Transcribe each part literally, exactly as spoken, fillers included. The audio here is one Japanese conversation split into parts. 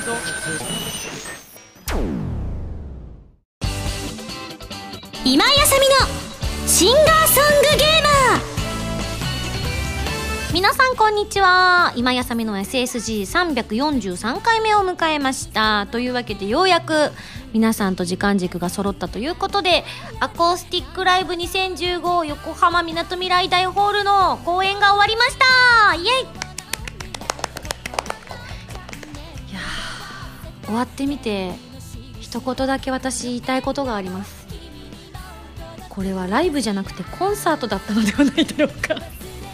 今井あさみのシンガーソングゲーマー。皆さんこんにちは。今井あさみの エスエスジーさんびゃくよんじゅうさんかいめを迎えました。というわけでようやく皆さんと時間軸が揃ったということで、アコースティックライブにせんじゅうご横浜みなとみらい大ホールの公演が終わりました。イエイ。いや終わってみて一言だけ私言いたいことがあります。これはライブじゃなくてコンサートだったのではないだろうか。なんか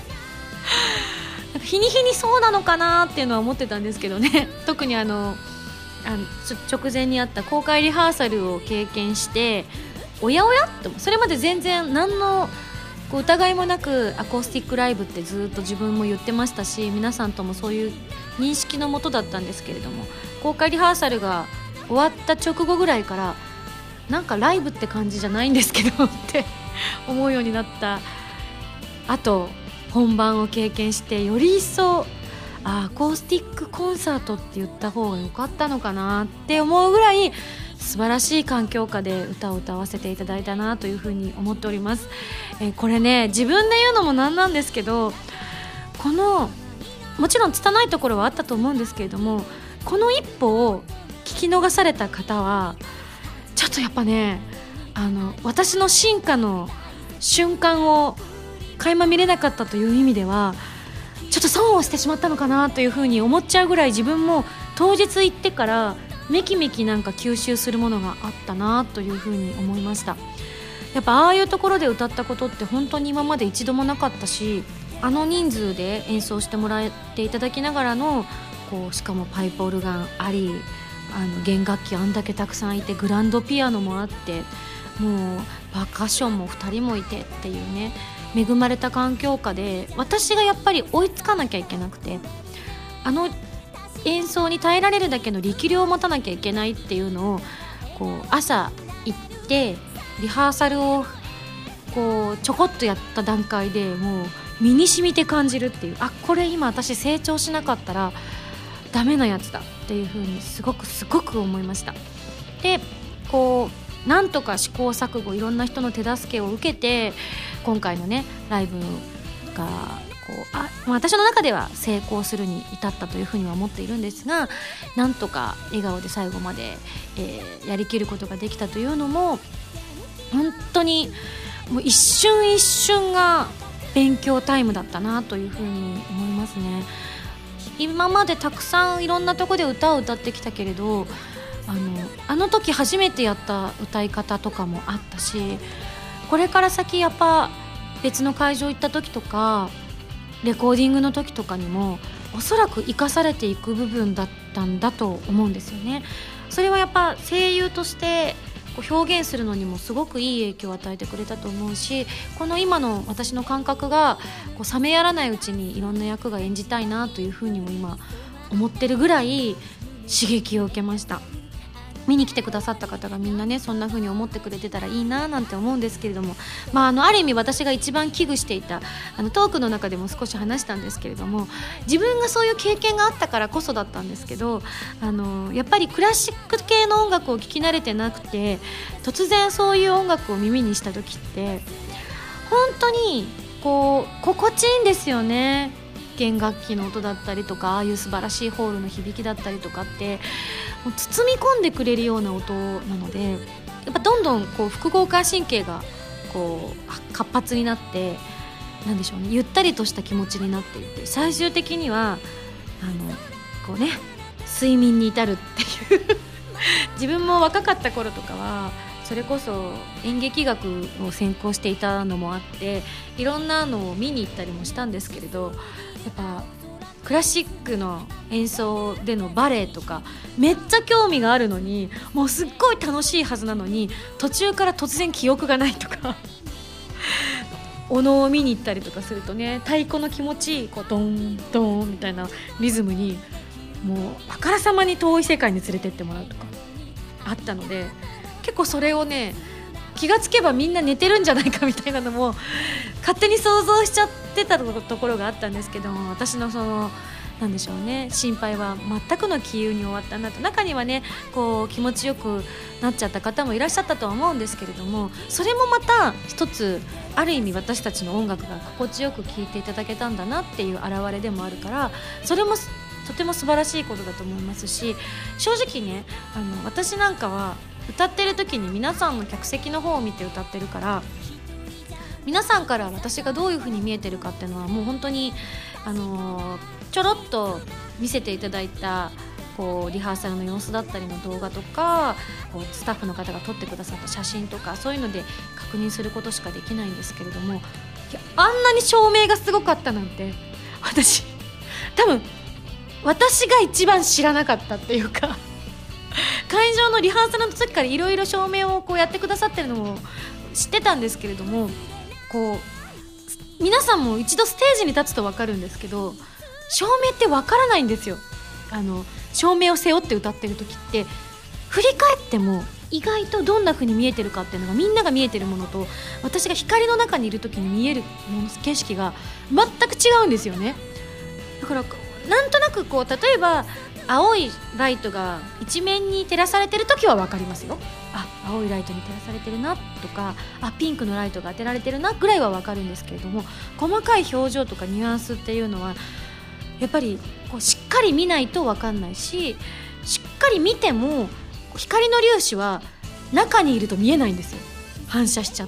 日に日にそうなのかなっていうのは思ってたんですけどね。特にあのあの直前にあった公開リハーサルを経験して、おやおやってそれまで全然何のこう疑いもなくアコースティックライブってずっと自分も言ってましたし、皆さんともそういう認識のもとだったんですけれども、公開リハーサルが終わった直後ぐらいからなんかライブって感じじゃないんですけどって思うようになった。あと本番を経験してより一層あアコースティックコンサートって言った方が良かったのかなって思うぐらい素晴らしい環境下で歌を歌わせていただいたなというふうに思っております。えー、これね自分で言うのもなんなんですけど、このもちろん拙いところはあったと思うんですけれども、この一歩を聞き逃された方はちょっとやっぱね、あの私の進化の瞬間を垣間見れなかったという意味ではちょっと損をしてしまったのかなというふうに思っちゃうぐらい、自分も当日行ってからめきめきなんか吸収するものがあったなというふうに思いました。やっぱああいうところで歌ったことって本当に今まで一度もなかったし、あの人数で演奏してもらっていただきながらのこうしかもパイプオルガンあり、あの弦楽器あんだけたくさんいて、グランドピアノもあって、もうパーカッションもふたりもいてっていうね、恵まれた環境下で私がやっぱり追いつかなきゃいけなくて、あの演奏に耐えられるだけの力量を持たなきゃいけないっていうのをこう朝行ってリハーサルをこうちょこっとやった段階でもう身に染みて感じるっていう、あこれ今私成長しなかったらダメなやつだっていう風にすごくすごく思いました。でこうなんとか試行錯誤いろんな人の手助けを受けて今回のねライブがこうあ私の中では成功するに至ったというふうには思っているんですが、なんとか笑顔で最後まで、えー、やりきることができたというのも本当にもう一瞬一瞬が勉強タイムだったなというふうに思いますね。今までたくさんいろんなとこで歌を歌ってきたけれど、あの、あの時初めてやった歌い方とかもあったし、これから先やっぱ別の会場行った時とかレコーディングの時とかにもおそらく生かされていく部分だったんだと思うんですよね。それはやっぱ声優としてこう表現するのにもすごくいい影響を与えてくれたと思うし、この今の私の感覚がこう冷めやらないうちにいろんな役が演じたいなというふうにも今思ってるぐらい刺激を受けました。見に来てくださった方がみんなねそんな風に思ってくれてたらいいななんて思うんですけれども、まあ、あのある意味私が一番危惧していたあのトークの中でも少し話したんですけれども、自分がそういう経験があったからこそだったんですけど、あのやっぱりクラシック系の音楽を聴き慣れてなくて突然そういう音楽を耳にした時って本当にこう心地いいんですよね。弦楽器の音だったりとかああいう素晴らしいホールの響きだったりとかってもう包み込んでくれるような音なので、やっぱどんどんこう副交感神経がこう活発になってなんでしょうね、ゆったりとした気持ちになっていって最終的にはあのこうね睡眠に至るっていう自分も若かった頃とかはそれこそ演劇学を専攻していたのもあっていろんなのを見に行ったりもしたんですけれど、やっぱクラシックの演奏でのバレエとかめっちゃ興味があるのにもうすっごい楽しいはずなのに途中から突然記憶がないとかお能を見に行ったりとかするとね、太鼓の気持ちいいこうドンドンみたいなリズムにもうあからさまに遠い世界に連れてってもらうとかあったので、結構それをね気がつけばみんな寝てるんじゃないかみたいなのも勝手に想像しちゃってたところがあったんですけど、私のそのなんでしょうね、心配は全くの気憂に終わったなと。中にはねこう気持ちよくなっちゃった方もいらっしゃったとは思うんですけれども、それもまた一つある意味私たちの音楽が心地よく聴いていただけたんだなっていう表れでもあるから、それもとても素晴らしいことだと思いますし、正直ねあの私なんかは歌ってる時に皆さんの客席の方を見て歌ってるから、皆さんから私がどういう風に見えてるかっていうのはもう本当にあのー、ちょろっと見せていただいたこうリハーサルの様子だったりの動画とか、こうスタッフの方が撮ってくださった写真とか、そういうので確認することしかできないんですけれども、いやあんなに照明がすごかったなんて私多分私が一番知らなかったっていうか会場のリハーサルの時からいろいろ照明をこうやってくださってるのも知ってたんですけれども、こう皆さんも一度ステージに立つと分かるんですけど、照明って分からないんですよ。あの照明を背負って歌ってる時って振り返っても意外とどんな風に見えてるかっていうのがみんなが見えてるものと、私が光の中にいる時に見えるもの景色が全く違うんですよね。だからなんとなくこう例えば青いライトが一面に照らされてる時は分かりますよ。あ、青いライトに照らされてるなとか、あ、ピンクのライトが当てられてるなぐらいは分かるんですけれども、細かい表情とかニュアンスっていうのはやっぱりこうしっかり見ないと分かんないし、しっかり見ても光の粒子は中にいると見えないんですよ、反射しちゃって。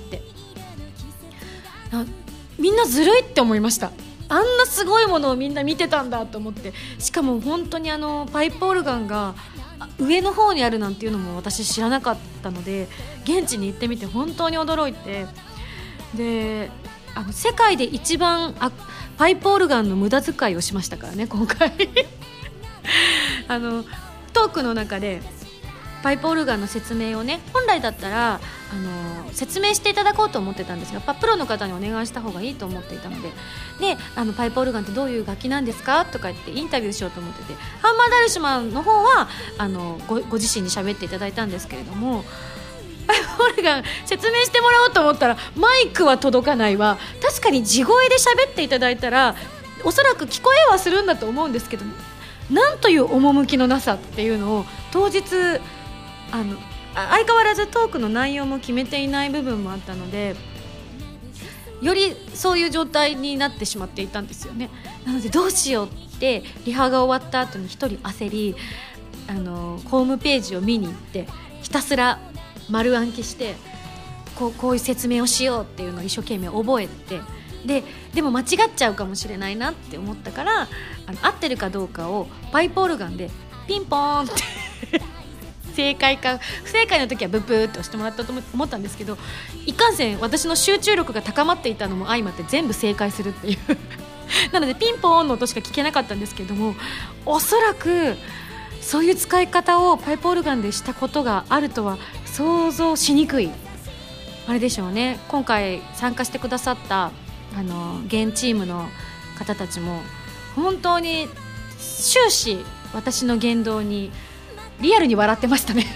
みんなずるいって思いました。あんなすごいものをみんな見てたんだと思って、しかも本当にあのパイプオルガンが上の方にあるなんていうのも私知らなかったので、現地に行ってみて本当に驚いて、であの世界で一番あパイプオルガンの無駄遣いをしましたからね今回あのトークの中でパイプオルガンの説明をね、本来だったらあの説明していただこうと思ってたんですが、やっぱプロの方にお願いした方がいいと思っていたので、であのパイプオルガンってどういう楽器なんですかとか言ってインタビューしようと思ってて、ハンマーダルシュマンの方はあの ご, ご自身に喋っていただいたんですけれども、パイプオルガン説明してもらおうと思ったらマイクは届かないわ。確かに地声で喋っていただいたらおそらく聞こえはするんだと思うんですけど、なんという趣のなさっていうのを当日あの相変わらずトークの内容も決めていない部分もあったので、よりそういう状態になってしまっていたんですよね。なのでどうしようってリハが終わった後に一人焦り、あのホームページを見に行ってひたすら丸暗記してこう、こういう説明をしようっていうのを一生懸命覚えて、で, でも間違っちゃうかもしれないなって思ったから、あの合ってるかどうかをパイプオルガンでピンポーンって正解か不正解の時はブッブーって押してもらったと思ったんですけど、いかんせん私の集中力が高まっていたのも相まって全部正解するっていうなのでピンポーンの音しか聞けなかったんですけども、おそらくそういう使い方をパイプオルガンでしたことがあるとは想像しにくいあれでしょうね。今回参加してくださったあの現チームの方たちも本当に終始私の言動にリアルに笑ってましたね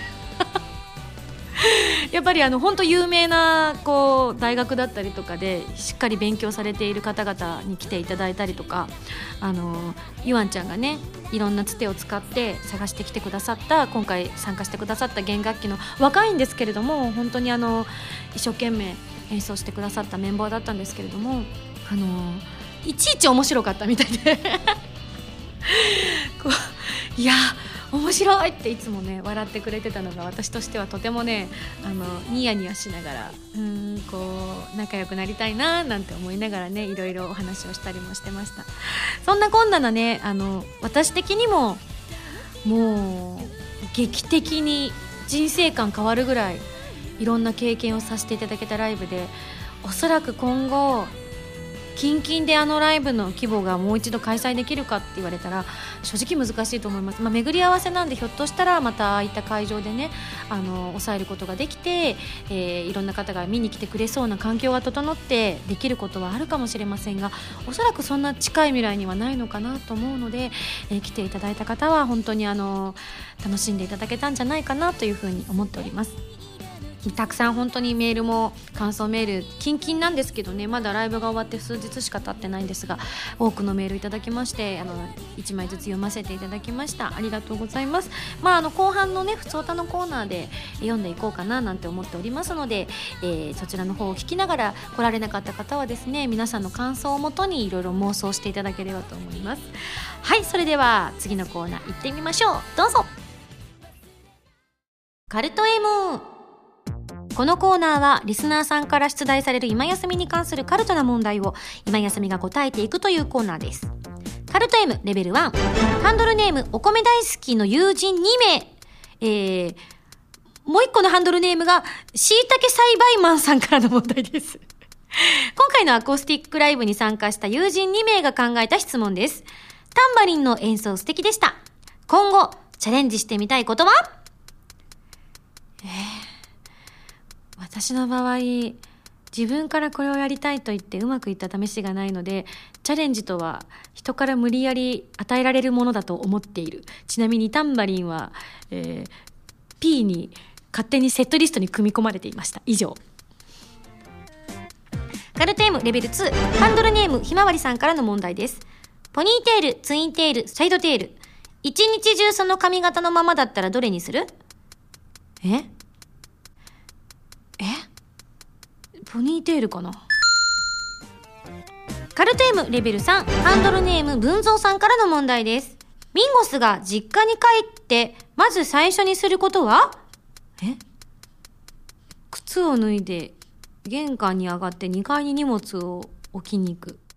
やっぱりあの本当有名なこう大学だったりとかでしっかり勉強されている方々に来ていただいたりとか、あのゆあんちゃんがねいろんなつてを使って探してきてくださった、今回参加してくださった弦楽器の若いんですけれども本当にあの一生懸命演奏してくださったメンバーだったんですけれども、あのいちいち面白かったみたいでこういや面白いっていつもね笑ってくれてたのが私としてはとてもねあのニヤニヤしながらうーんこう仲良くなりたいななんて思いながらねいろいろお話をしたりもしてました。そんなこんなのねあの私的にももう劇的に人生観変わるぐらいいろんな経験をさせていただけたライブで、おそらく今後近々であのライブの規模がもう一度開催できるかって言われたら正直難しいと思います。まあ、巡り合わせなんでひょっとしたらまたああいった会場でねあの抑えることができて、えー、いろんな方が見に来てくれそうな環境が整ってできることはあるかもしれませんが、おそらくそんな近い未来にはないのかなと思うので、えー、来ていただいた方は本当にあの楽しんでいただけたんじゃないかなというふうに思っております。 たくさん本当にメールも感想メールキンキンなんですけどね、まだライブが終わって数日しか経ってないんですが、多くのメールいただきまして、あのいちまいずつ読ませていただきました。ありがとうございます。まあ、あの後半のねふつおたのコーナーで読んでいこうかななんて思っておりますので、えー、そちらの方を聞きながら来られなかった方はですね、皆さんの感想をもとにいろいろ妄想していただければと思います。はい、それでは次のコーナー行ってみましょう。どうぞ。カルト M。このコーナーはリスナーさんから出題される今休みに関するカルトな問題を今休みが答えていくというコーナーです。カルト M レベルいち、ハンドルネームお米大好きの友人にめい、えー、もう一個のハンドルネームがしいたけ栽培マンさんからの問題です。今回のアコースティックライブに参加した友人にめいが考えた質問です。タンバリンの演奏素敵でした。今後チャレンジしてみたいことは？えー私の場合、自分からこれをやりたいと言ってうまくいった試しがないので、チャレンジとは人から無理やり与えられるものだと思っている。ちなみにタンバリンは、えー、P に勝手にセットリストに組み込まれていました。以上。カルト M レベルに、ハンドルネームひまわりさんからの問題です。ポニーテール、ツインテール、サイドテール、一日中その髪型のままだったらどれにする？ええポニーテールかな。カルト M レベルさん、ハンドルネーム文蔵さんからの問題です。ミンゴスが実家に帰ってまず最初にすることは？え靴を脱いで玄関に上がってにかいに荷物を置きに行く。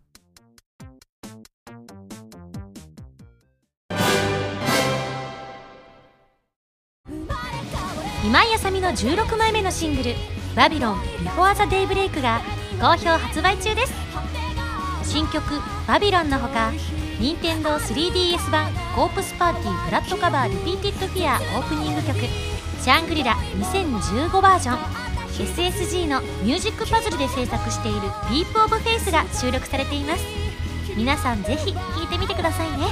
今井あさみのじゅうろくまいめのシングルバビロン Before the Daybreak が好評発売中です。新曲バビロンのほか、任天堂 スリーディーエス 版コープスパーティーフラットカバーリピーティッドフィアオープニング曲シャングリラにせんじゅうごバージョン エスエスジー のミュージックパズルで制作しているディープオブフェイスが収録されています。皆さんぜひ聴いてみてくださいね。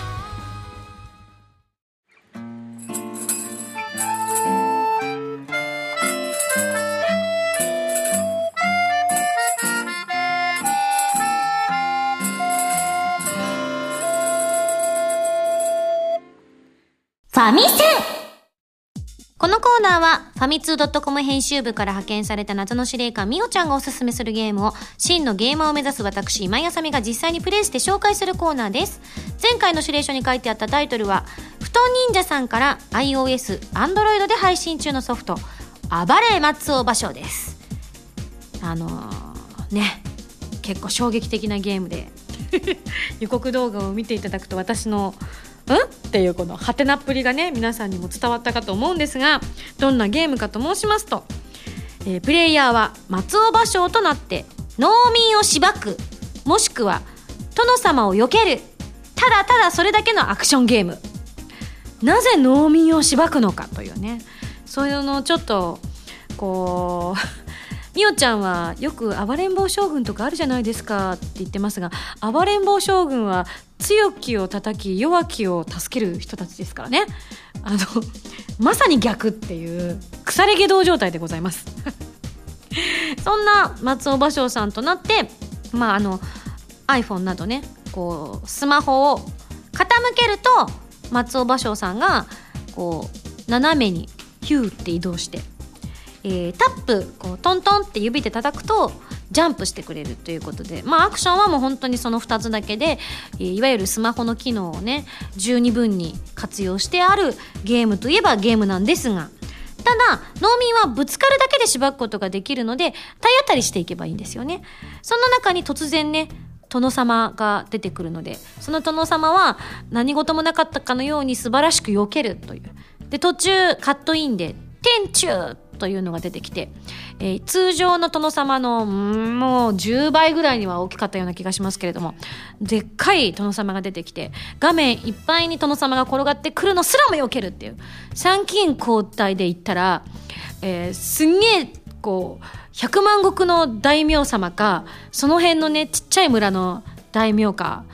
ファミセン。このコーナーはファミツー .com 編集部から派遣された謎の司令官みおちゃんがおすすめするゲームを真のゲーマーを目指す私今井あさみが実際にプレイして紹介するコーナーです。前回の指令書に書いてあったタイトルは布団忍者さんから iOS、Android で配信中のソフト暴れ松尾芭蕉です。あのー、ね結構衝撃的なゲームで予告動画を見ていただくと私のんっていうこのハテナっぷりがね皆さんにも伝わったかと思うんですが、どんなゲームかと申しますと、えー、プレイヤーは松尾芭蕉となって農民をしばく、もしくは殿様を避ける、ただただそれだけのアクションゲーム。なぜ農民をしばくのかというね、そういうのをちょっとこうみおちゃんはよく暴れん坊将軍とかあるじゃないですかって言ってますが、暴れん坊将軍は強きを叩き弱きを助ける人たちですからね。あのまさに逆っていう腐れ下道状態でございますそんな松尾芭蕉さんとなって、まあ、あの iPhone などねこうスマホを傾けると松尾芭蕉さんがこう斜めにヒューって移動して、えー、タップこうトントンって指で叩くとジャンプしてくれるということで、まあアクションはもう本当にそのふたつだけで、えー、いわゆるスマホの機能をね十二分に活用してあるゲームといえばゲームなんですが、ただ農民はぶつかるだけでしばくことができるので体当たりしていけばいいんですよね。その中に突然ね殿様が出てくるので、その殿様は何事もなかったかのように素晴らしく避けるという。で途中カットインで天中というのが出てきて、えー、通常の殿様のんもうじゅうばいぐらいには大きかったような気がしますけれども、でっかい殿様が出てきて画面いっぱいに殿様が転がってくるのすらも避けるっていう参勤交代で言ったら、えー、すんげえこう百万石の大名様かその辺のねちっちゃい村の大名か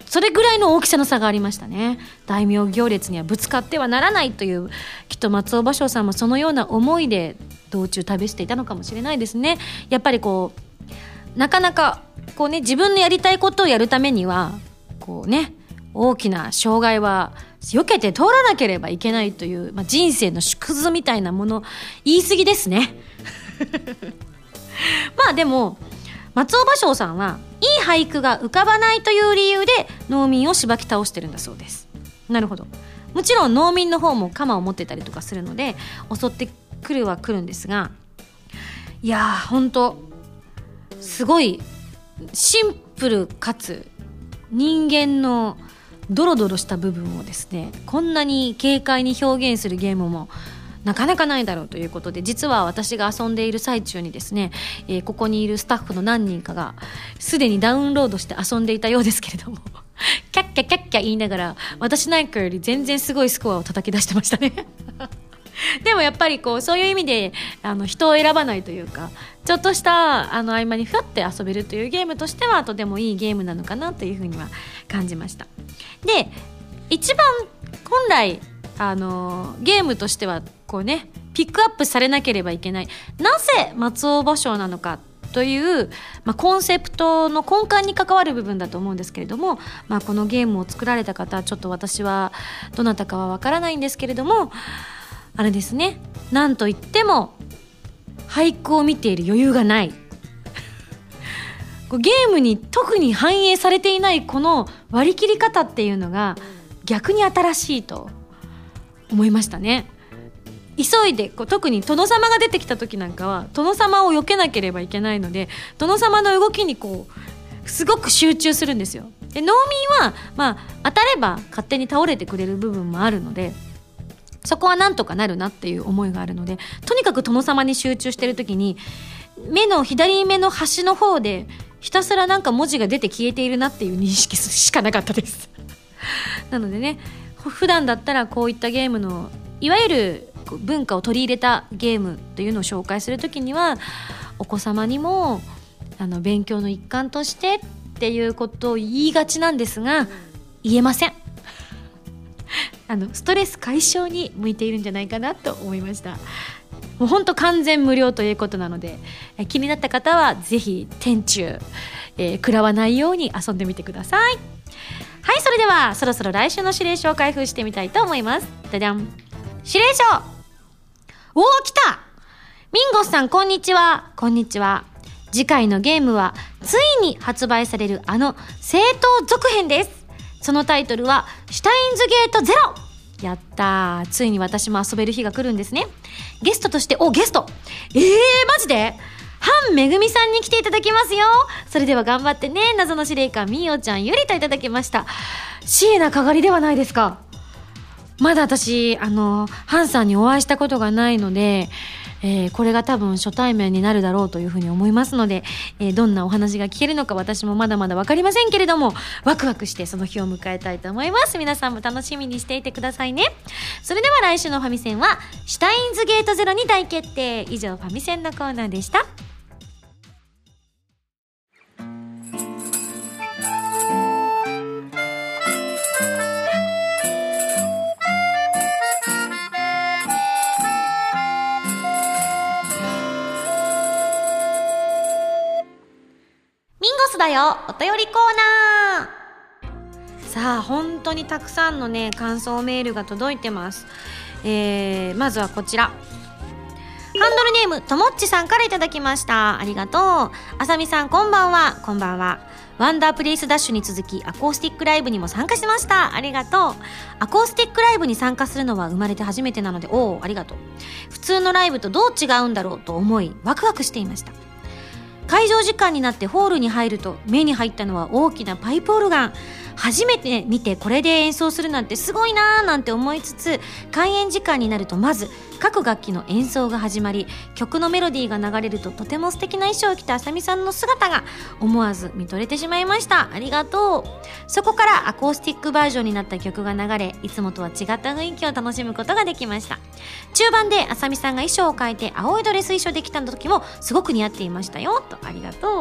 それぐらいの大きさの差がありましたね。大名行列にはぶつかってはならないという、きっと松尾芭蕉さんもそのような思いで道中旅していたのかもしれないですね。やっぱりこうなかなかこうね、自分のやりたいことをやるためにはこうね、大きな障害は避けて通らなければいけないという、まあ、人生の縮図みたいなもの、言い過ぎですねまあでも松尾芭蕉さんはいい俳句が浮かばないという理由で農民をしばき倒してるんだそうです。なるほど。もちろん農民の方も鎌を持ってたりとかするので襲ってくるは来るんですが、いやーほんとすごいシンプルかつ人間のドロドロした部分をですね、こんなに軽快に表現するゲームもなかなかないだろうということで、実は私が遊んでいる最中にですね、えー、ここにいるスタッフの何人かがすでにダウンロードして遊んでいたようですけれどもキャッキャキャッキャ言いながら私なんかより全然すごいスコアを叩き出してましたねでもやっぱりこうそういう意味であの人を選ばないというか、ちょっとしたあの合間にふわって遊べるというゲームとしてはとてもいいゲームなのかなというふうには感じました。で一番本来あのゲームとしてはこうねピックアップされなければいけない、なぜ松尾芭蕉なのかという、まあ、コンセプトの根幹に関わる部分だと思うんですけれども、まあ、このゲームを作られた方、ちょっと私はどなたかはわからないんですけれども、あれですね、なんといっても俳句を見ている余裕がないゲームに特に反映されていないこの割り切り方っていうのが逆に新しいと思いましたね。急いでこう特に殿様が出てきた時なんかは殿様を避けなければいけないので、殿様の動きにこうすごく集中するんですよ。で農民は、まあ、当たれば勝手に倒れてくれる部分もあるので、そこはなんとかなるなっていう思いがあるので、とにかく殿様に集中してる時に目の左目の端の方でひたすらなんか文字が出て消えているなっていう認識しかなかったですなのでね、普段だったらこういったゲームのいわゆる文化を取り入れたゲームというのを紹介するときには、お子様にもあの勉強の一環としてっていうことを言いがちなんですが、言えませんあのストレス解消に向いているんじゃないかなと思いました。もう本当完全無料ということなので、え気になった方はぜひ天中、えー、食らわないように遊んでみてください。はい、それではそろそろ来週の指令書を開封してみたいと思います。じゃじゃん。指令書、おー来た、ミンゴスさんこんにちは。こんにちは。次回のゲームはついに発売されるあの正統続編です。そのタイトルはシュタインズゲートゼロ。やったー、ついに私も遊べる日が来るんですね。ゲストとして、おゲストえーマジでハンめぐみさんに来ていただきますよ。それでは頑張ってね。謎の司令官みおちゃんゆりといただきました。椎名かがりではないですか。まだ私あのハンさんにお会いしたことがないので、えー、これが多分初対面になるだろうというふうに思いますので、えー、どんなお話が聞けるのか私もまだまだ分かりませんけれども、ワクワクしてその日を迎えたいと思います。皆さんも楽しみにしていてくださいね。それでは来週のファミセンはシュタインズゲートゼロに大決定。以上ファミセンのコーナーでした。だよお便りコーナー。さあ本当にたくさんのね感想メールが届いてます。えー、まずはこちら、ハンドルネームともっちさんからいただきました。ありがとう。あさみさんこんばんは。こんばんは。ワンダープレイスダッシュに続きアコースティックライブにも参加しました。ありがとう。アコースティックライブに参加するのは生まれて初めてなので、おーありがとう。普通のライブとどう違うんだろうと思いワクワクしていました。会場時間になってホールに入ると目に入ったのは大きなパイプオルガン。初めて見てこれで演奏するなんてすごいなーなんて思いつつ、開演時間になるとまず各楽器の演奏が始まり、曲のメロディーが流れるととても素敵な衣装を着たあさみさんの姿が思わず見とれてしまいました。ありがとう。そこからアコースティックバージョンになった曲が流れ、いつもとは違った雰囲気を楽しむことができました。中盤であさみさんが衣装を変えて青いドレス衣装で来た時もすごく似合っていましたよと。ありがとう。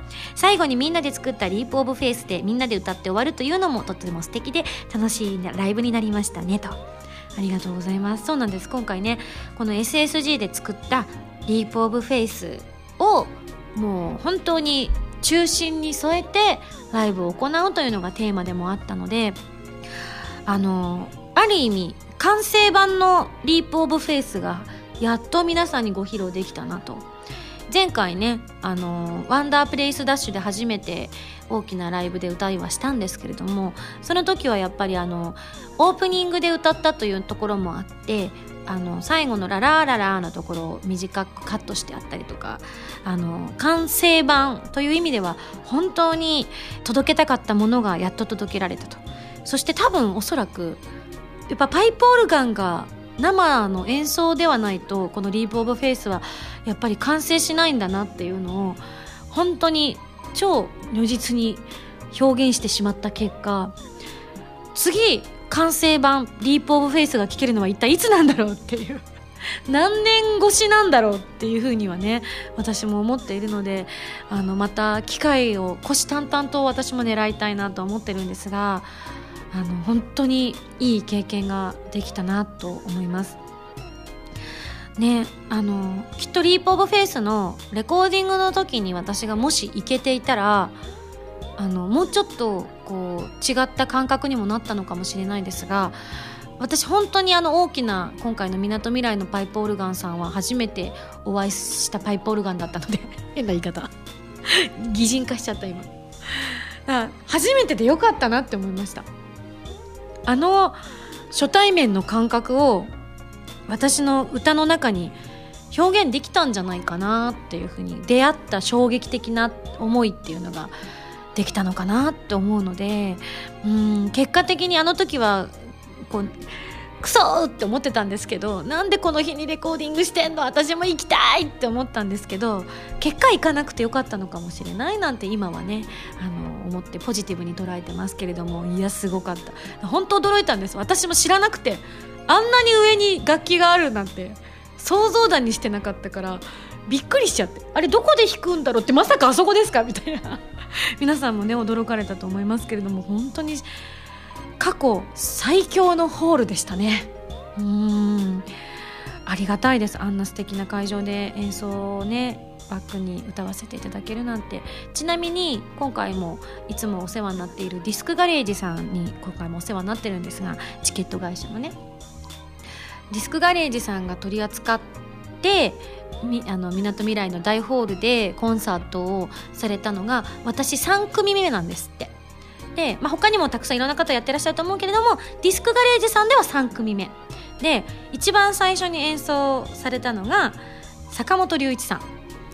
最後にみんなで作ったリープオブフェイスでみんなで歌って終わるというのもとっても素敵で楽しいライブになりましたねと。ありがとうございます。そうなんです。今回ねこの エスエスジー で作ったリープオブフェイスをもう本当に中心に添えてライブを行うというのがテーマでもあったので、あのある意味完成版のリープオブフェイスがやっと皆さんにご披露できたなと。前回ねあのワンダープレイスダッシュで初めて大きなライブで歌いはしたんですけれども、その時はやっぱりあのオープニングで歌ったというところもあって、あの最後のララーララーのところを短くカットしてあったりとか、あの完成版という意味では本当に届けたかったものがやっと届けられたと。そして多分おそらくやっぱパイプオルガンが生の演奏ではないとこのリープオブフェイスはやっぱり完成しないんだなっていうのを本当に超如実に表現してしまった結果、次完成版リープオブフェイスが聴けるのは一体いつなんだろうっていう何年越しなんだろうっていうふうにはね私も思っているので、あのまた機会を虎視眈々と私も狙いたいなと思ってるんですが、あの本当にいい経験ができたなと思いますね。あのきっとリープオブフェイスのレコーディングの時に私がもし行けていたら、あのもうちょっとこう違った感覚にもなったのかもしれないですが、私本当にあの大きな今回のみなとみらいのパイプオルガンさんは初めてお会いしたパイプオルガンだったので変な言い方擬人化しちゃった今。初めてでよかったなって思いました。あの初対面の感覚を私の歌の中に表現できたんじゃないかなっていうふうに、出会った衝撃的な思いっていうのができたのかなって思うので、うーん結果的にあの時はこうクソーって思ってたんですけど、なんでこの日にレコーディングしてんの、私も行きたいって思ったんですけど、結果行かなくてよかったのかもしれないなんて今はねあの思ってポジティブに捉えてますけれども、いやすごかった。本当驚いたんです。私も知らなくて、あんなに上に楽器があるなんて想像だにしてなかったからびっくりしちゃって、あれどこで弾くんだろうって、まさかあそこですかみたいな皆さんもね驚かれたと思いますけれども、本当に過去最強のホールでしたね。うーんありがたいです。あんな素敵な会場で演奏をねバックに歌わせていただけるなんて。ちなみに今回もいつもお世話になっているディスクガレージさんに今回もお世話になってるんですが、チケット会社のねディスクガレージさんが取り扱ってみあのみなとみらいの大ホールでコンサートをされたのが私さん組目なんですって。で、まあ、他にもたくさんいろんな方やってらっしゃると思うけれども、ディスクガレージさんではさん組目で、一番最初に演奏されたのが坂本龍一さん、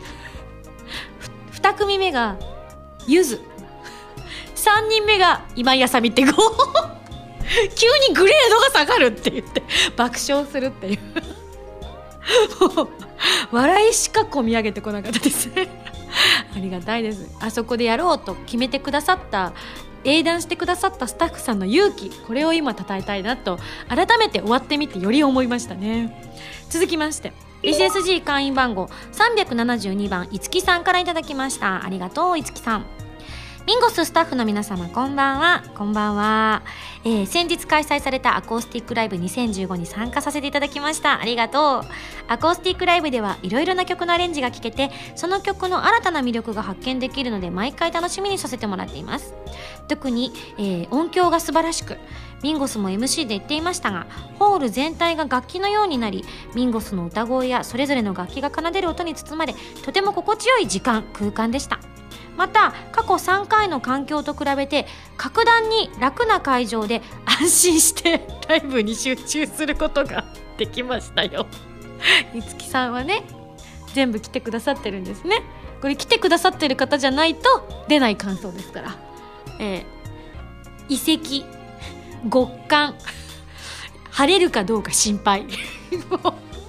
に組目がゆず、さんにんめが今井あさみってこう急にグレードが下がるって言って爆笑するっていうもう笑いしかこみ上げてこなかったですねありがたいです。あそこでやろうと決めてくださった、英断してくださったスタッフさんの勇気、これを今称えたいなと改めて終わってみてより思いましたね。続きまして エスエスジー 会員番号さんびゃくななじゅうにばんいつきさんからいただきました。ありがとういつきさん。ミンゴススタッフの皆様こんばんは。こんばんは、えー、先日開催されたアコースティックライブにせんじゅうごに参加させていただきました。ありがとう。アコースティックライブではいろいろな曲のアレンジが聴けて、その曲の新たな魅力が発見できるので毎回楽しみにさせてもらっています。特に、えー、音響が素晴らしく、ミンゴスも エムシー で言っていましたが、ホール全体が楽器のようになり、ミンゴスの歌声やそれぞれの楽器が奏でる音に包まれ、とても心地よい時間空間でした。また過去さんかいの環境と比べて格段に楽な会場で安心してライブに集中することができましたよいつきさんはね全部来てくださってるんですね。これ来てくださってる方じゃないと出ない感想ですから、えー、遺跡極寒晴れるかどうか心配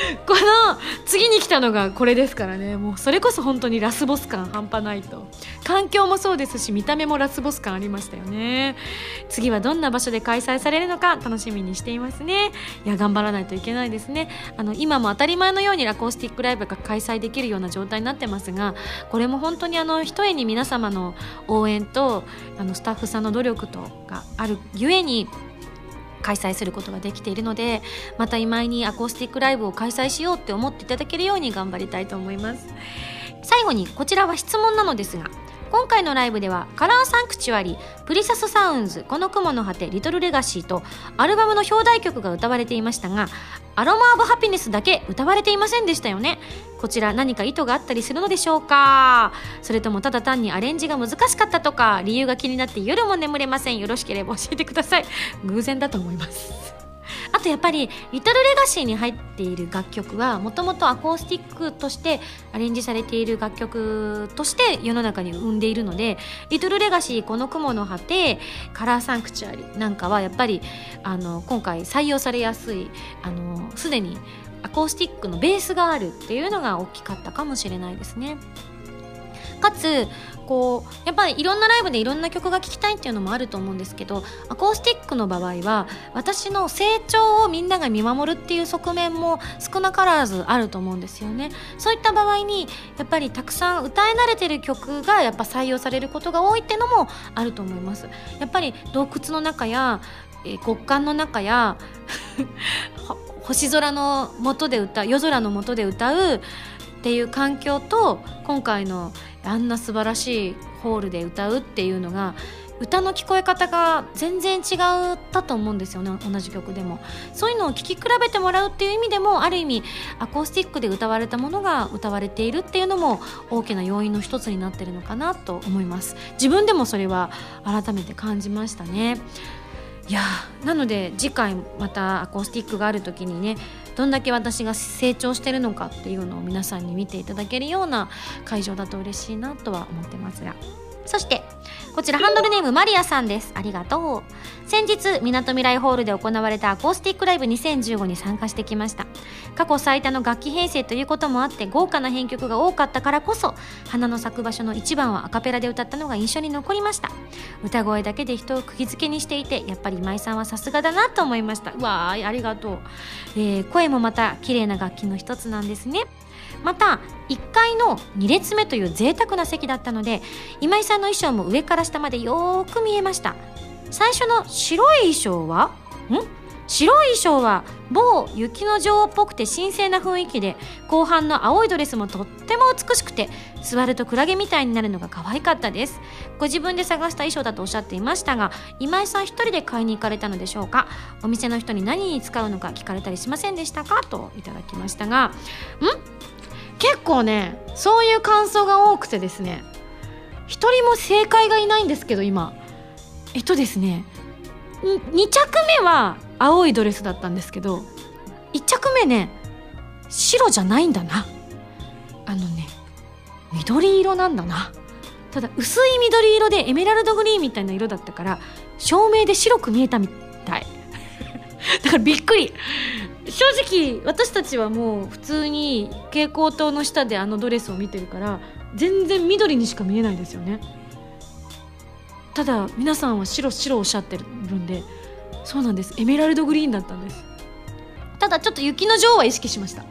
この次に来たのがこれですからね。もうそれこそ本当にラスボス感半端ないと。環境もそうですし見た目もラスボス感ありましたよね。次はどんな場所で開催されるのか楽しみにしていますね。いや頑張らないといけないですね。あの今も当たり前のようにアコースティックライブが開催できるような状態になってますが、これも本当にあのひとえに皆様の応援とあのスタッフさんの努力とがあるゆえに開催することができているので、また今井にアコースティックライブを開催しようって思っていただけるように頑張りたいと思います。最後にこちらは質問なのですが、今回のライブではカラーサンクチュアリ、プリサスサウンズ、この雲の果て、リトルレガシーとアルバムの表題曲が歌われていましたが、アロマオブハピネスだけ歌われていませんでしたよね。こちら何か意図があったりするのでしょうか。それともただ単にアレンジが難しかったとか、理由が気になって夜も眠れません。よろしければ教えてください。偶然だと思います。あとやっぱりリトルレガシーに入っている楽曲はもともとアコースティックとしてアレンジされている楽曲として世の中に生んでいるので、リトルレガシー、この雲の果て、カラーサンクチュアリなんかはやっぱりあの今回採用されやすい、あのすでにアコースティックのベースがあるっていうのが大きかったかもしれないですね。かつこうやっぱりいろんなライブでいろんな曲が聴きたいっていうのもあると思うんですけど、アコースティックの場合は私の成長をみんなが見守るっていう側面も少なからずあると思うんですよね。そういった場合にやっぱりたくさん歌い慣れてる曲がやっぱ採用されることが多いっていうのもあると思います。やっぱり洞窟の中や、えー、極寒の中や星空の下で歌う、夜空の下で歌うっていう環境と、今回のあんな素晴らしいホールで歌うっていうのが、歌の聞こえ方が全然違ったと思うんですよね。同じ曲でもそういうのを聴き比べてもらうっていう意味でも、ある意味アコースティックで歌われたものが歌われているっていうのも大きな要因の一つになってるのかなと思います。自分でもそれは改めて感じましたね。いやなので次回またアコースティックがある時にね、どんだけ私が成長してるのかっていうのを皆さんに見ていただけるような会場だと嬉しいなとは思ってますが、そしてこちらハンドルネームマリアさんです。ありがとう。先日みなとみらいホールで行われたアコースティックライブにせんじゅうごに参加してきました。過去最多の楽器編成ということもあって豪華な編曲が多かったからこそ、花の咲く場所の一番はアカペラで歌ったのが印象に残りました。歌声だけで人を釘付けにしていて、やっぱり今井さんはさすがだなと思いました。うわーありがとう、えー、声もまた綺麗な楽器の一つなんですね。またいっかいのに列目という贅沢な席だったので、今井さんの衣装も上から下までよーく見えました。最初の白い衣装はん白い衣装は某雪の女王っぽくて神聖な雰囲気で、後半の青いドレスもとっても美しくて、座るとクラゲみたいになるのが可愛かったです。ご自分で探した衣装だとおっしゃっていましたが、今井さん一人で買いに行かれたのでしょうか。お店の人に何に使うのか聞かれたりしませんでしたか、といただきましたが、ん結構ねそういう感想が多くてですね、一人も正解がいないんですけど、今えっとですねに着目は青いドレスだったんですけど、いっ着目ね白じゃないんだな、あのね緑色なんだな。ただ薄い緑色でエメラルドグリーンみたいな色だったから、照明で白く見えたみたいだからびっくり。正直私たちはもう普通に蛍光灯の下であのドレスを見てるから、全然緑にしか見えないですよね。ただ皆さんは白白おっしゃってるんで、そうなんです、エメラルドグリーンだったんです。ただちょっと雪の女王は意識しました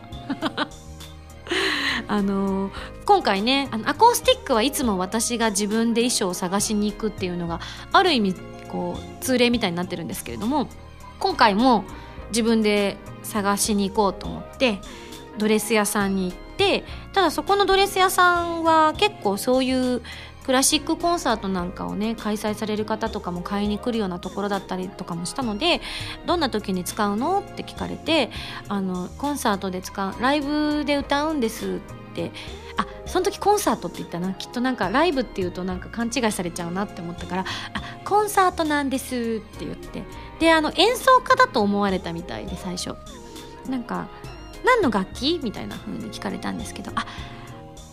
あのー、今回ねあのアコースティックはいつも私が自分で衣装を探しに行くっていうのがある意味こう通例みたいになってるんですけれども、今回も自分で探しに行こうと思ってドレス屋さんに行って、ただそこのドレス屋さんは結構そういうクラシックコンサートなんかをね開催される方とかも買いに来るようなところだったりとかもしたので、どんな時に使うのって聞かれて、あのコンサートで使う、ライブで歌うんですって、あその時コンサートって言ったな、きっとなんかライブって言うとなんか勘違いされちゃうなって思ったから、あコンサートなんですって言って、であの演奏家だと思われたみたいで、最初なんか何の楽器みたいな風に聞かれたんですけど、あ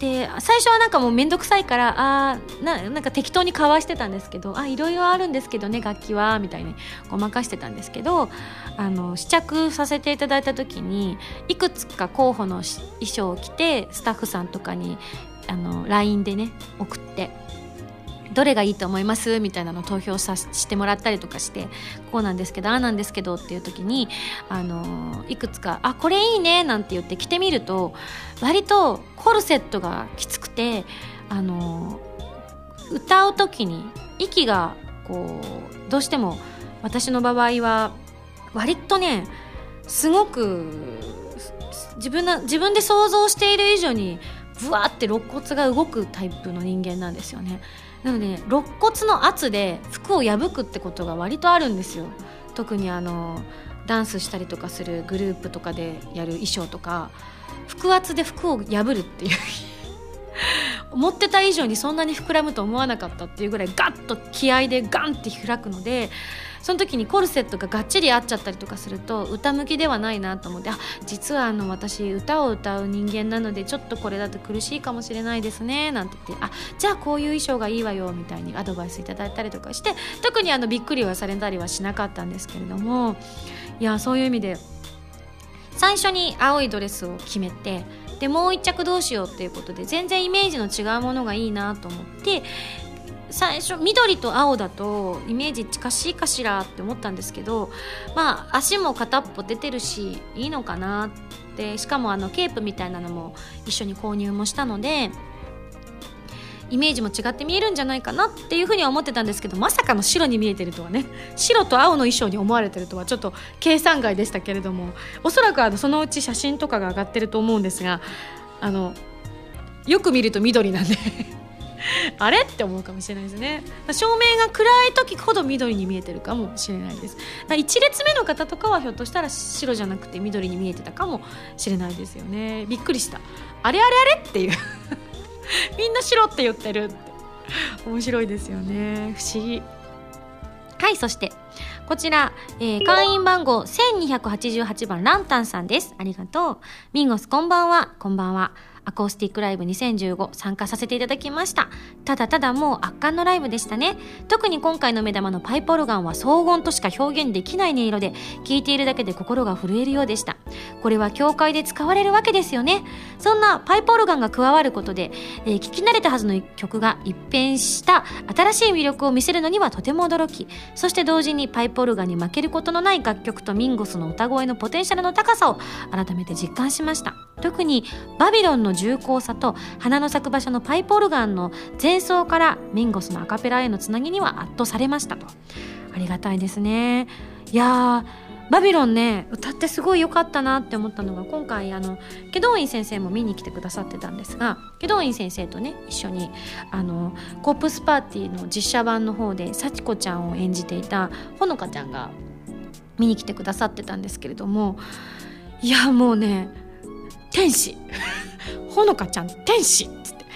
で最初はなんかもうめんどくさいからあななんか適当にかわしてたんですけど、あいろいろあるんですけどね楽器はみたいにごまかしてたんですけど、あの試着させていただいた時にいくつか候補の衣装を着てスタッフさんとかにあの ライン でね送って、どれがいいと思いますみたいなのを投票さしてもらったりとかして、こうなんですけどああなんですけどっていう時にあのいくつかあこれいいねなんて言って着てみると割とコルセットがきつくて、あの歌う時に息がこうどうしても私の場合は割とねすごく自分の自分で想像している以上にブワーって肋骨が動くタイプの人間なんですよね。なので、ね、肋骨の圧で服を破くってことが割とあるんですよ。特にあのダンスしたりとかするグループとかでやる衣装とか腹圧で服を破るっていう思ってた以上にそんなに膨らむと思わなかったっていうぐらいガッと気合でガンって開くので、その時にコルセットががっちり合っちゃったりとかすると歌向きではないなと思って、あ実はあの私歌を歌う人間なのでちょっとこれだと苦しいかもしれないですねなんて言って、あじゃあこういう衣装がいいわよみたいにアドバイスいただいたりとかして、特にあのびっくりはされたりはしなかったんですけれども、いやそういう意味で最初に青いドレスを決めて、でもう一着どうしようっていうことで全然イメージの違うものがいいなと思って、最初緑と青だとイメージ近しいかしらって思ったんですけど、まあ足も片っぽ出てるしいいのかなって、しかもあのケープみたいなのも一緒に購入もしたのでイメージも違って見えるんじゃないかなっていうふうには思ってたんですけど、まさかの白に見えてるとはね、白と青の衣装に思われてるとはちょっと計算外でしたけれども、おそらくあのそのうち写真とかが上がってると思うんですが、あのよく見ると緑なんであれって思うかもしれないですね。照明が暗い時ほど緑に見えてるかもしれないです。いち列目の方とかはひょっとしたら白じゃなくて緑に見えてたかもしれないですよね。びっくりした、あれあれあれっていうみんな白って言ってるって面白いですよね、不思議。はい、そしてこちら、えー、会員番号せんにひゃくはちじゅうはちばんランタンさんです。ありがとう。ミンゴスこんばんは。こんばんは。アコースティックライブにせんじゅうご参加させていただきました。ただただもう圧巻のライブでしたね。特に今回の目玉のパイプオルガンは荘厳としか表現できない音色で、聴いているだけで心が震えるようでした。これは教会で使われるわけですよね。そんなパイプオルガンが加わることで、えー、聞き慣れたはずの曲が一変した新しい魅力を見せるのにはとても驚き、そして同時にパイプオルガンに負けることのない楽曲とミンゴスの歌声のポテンシャルの高さを改めて実感しました。特にバビロンの重厚さと花の咲く場所のパイプオルガンの前奏からミンゴスのアカペラへのつなぎには圧倒されましたと。ありがたいですね。いやーバビロンね、歌ってすごい良かったなって思ったのが、今回あの祁答院先生も見に来てくださってたんですが、祁答院先生とね一緒にあのコープスパーティーの実写版の方で幸子ちゃんを演じていたほのかちゃんが見に来てくださってたんですけれども、いやもうね天使ほのかちゃん天使っつって、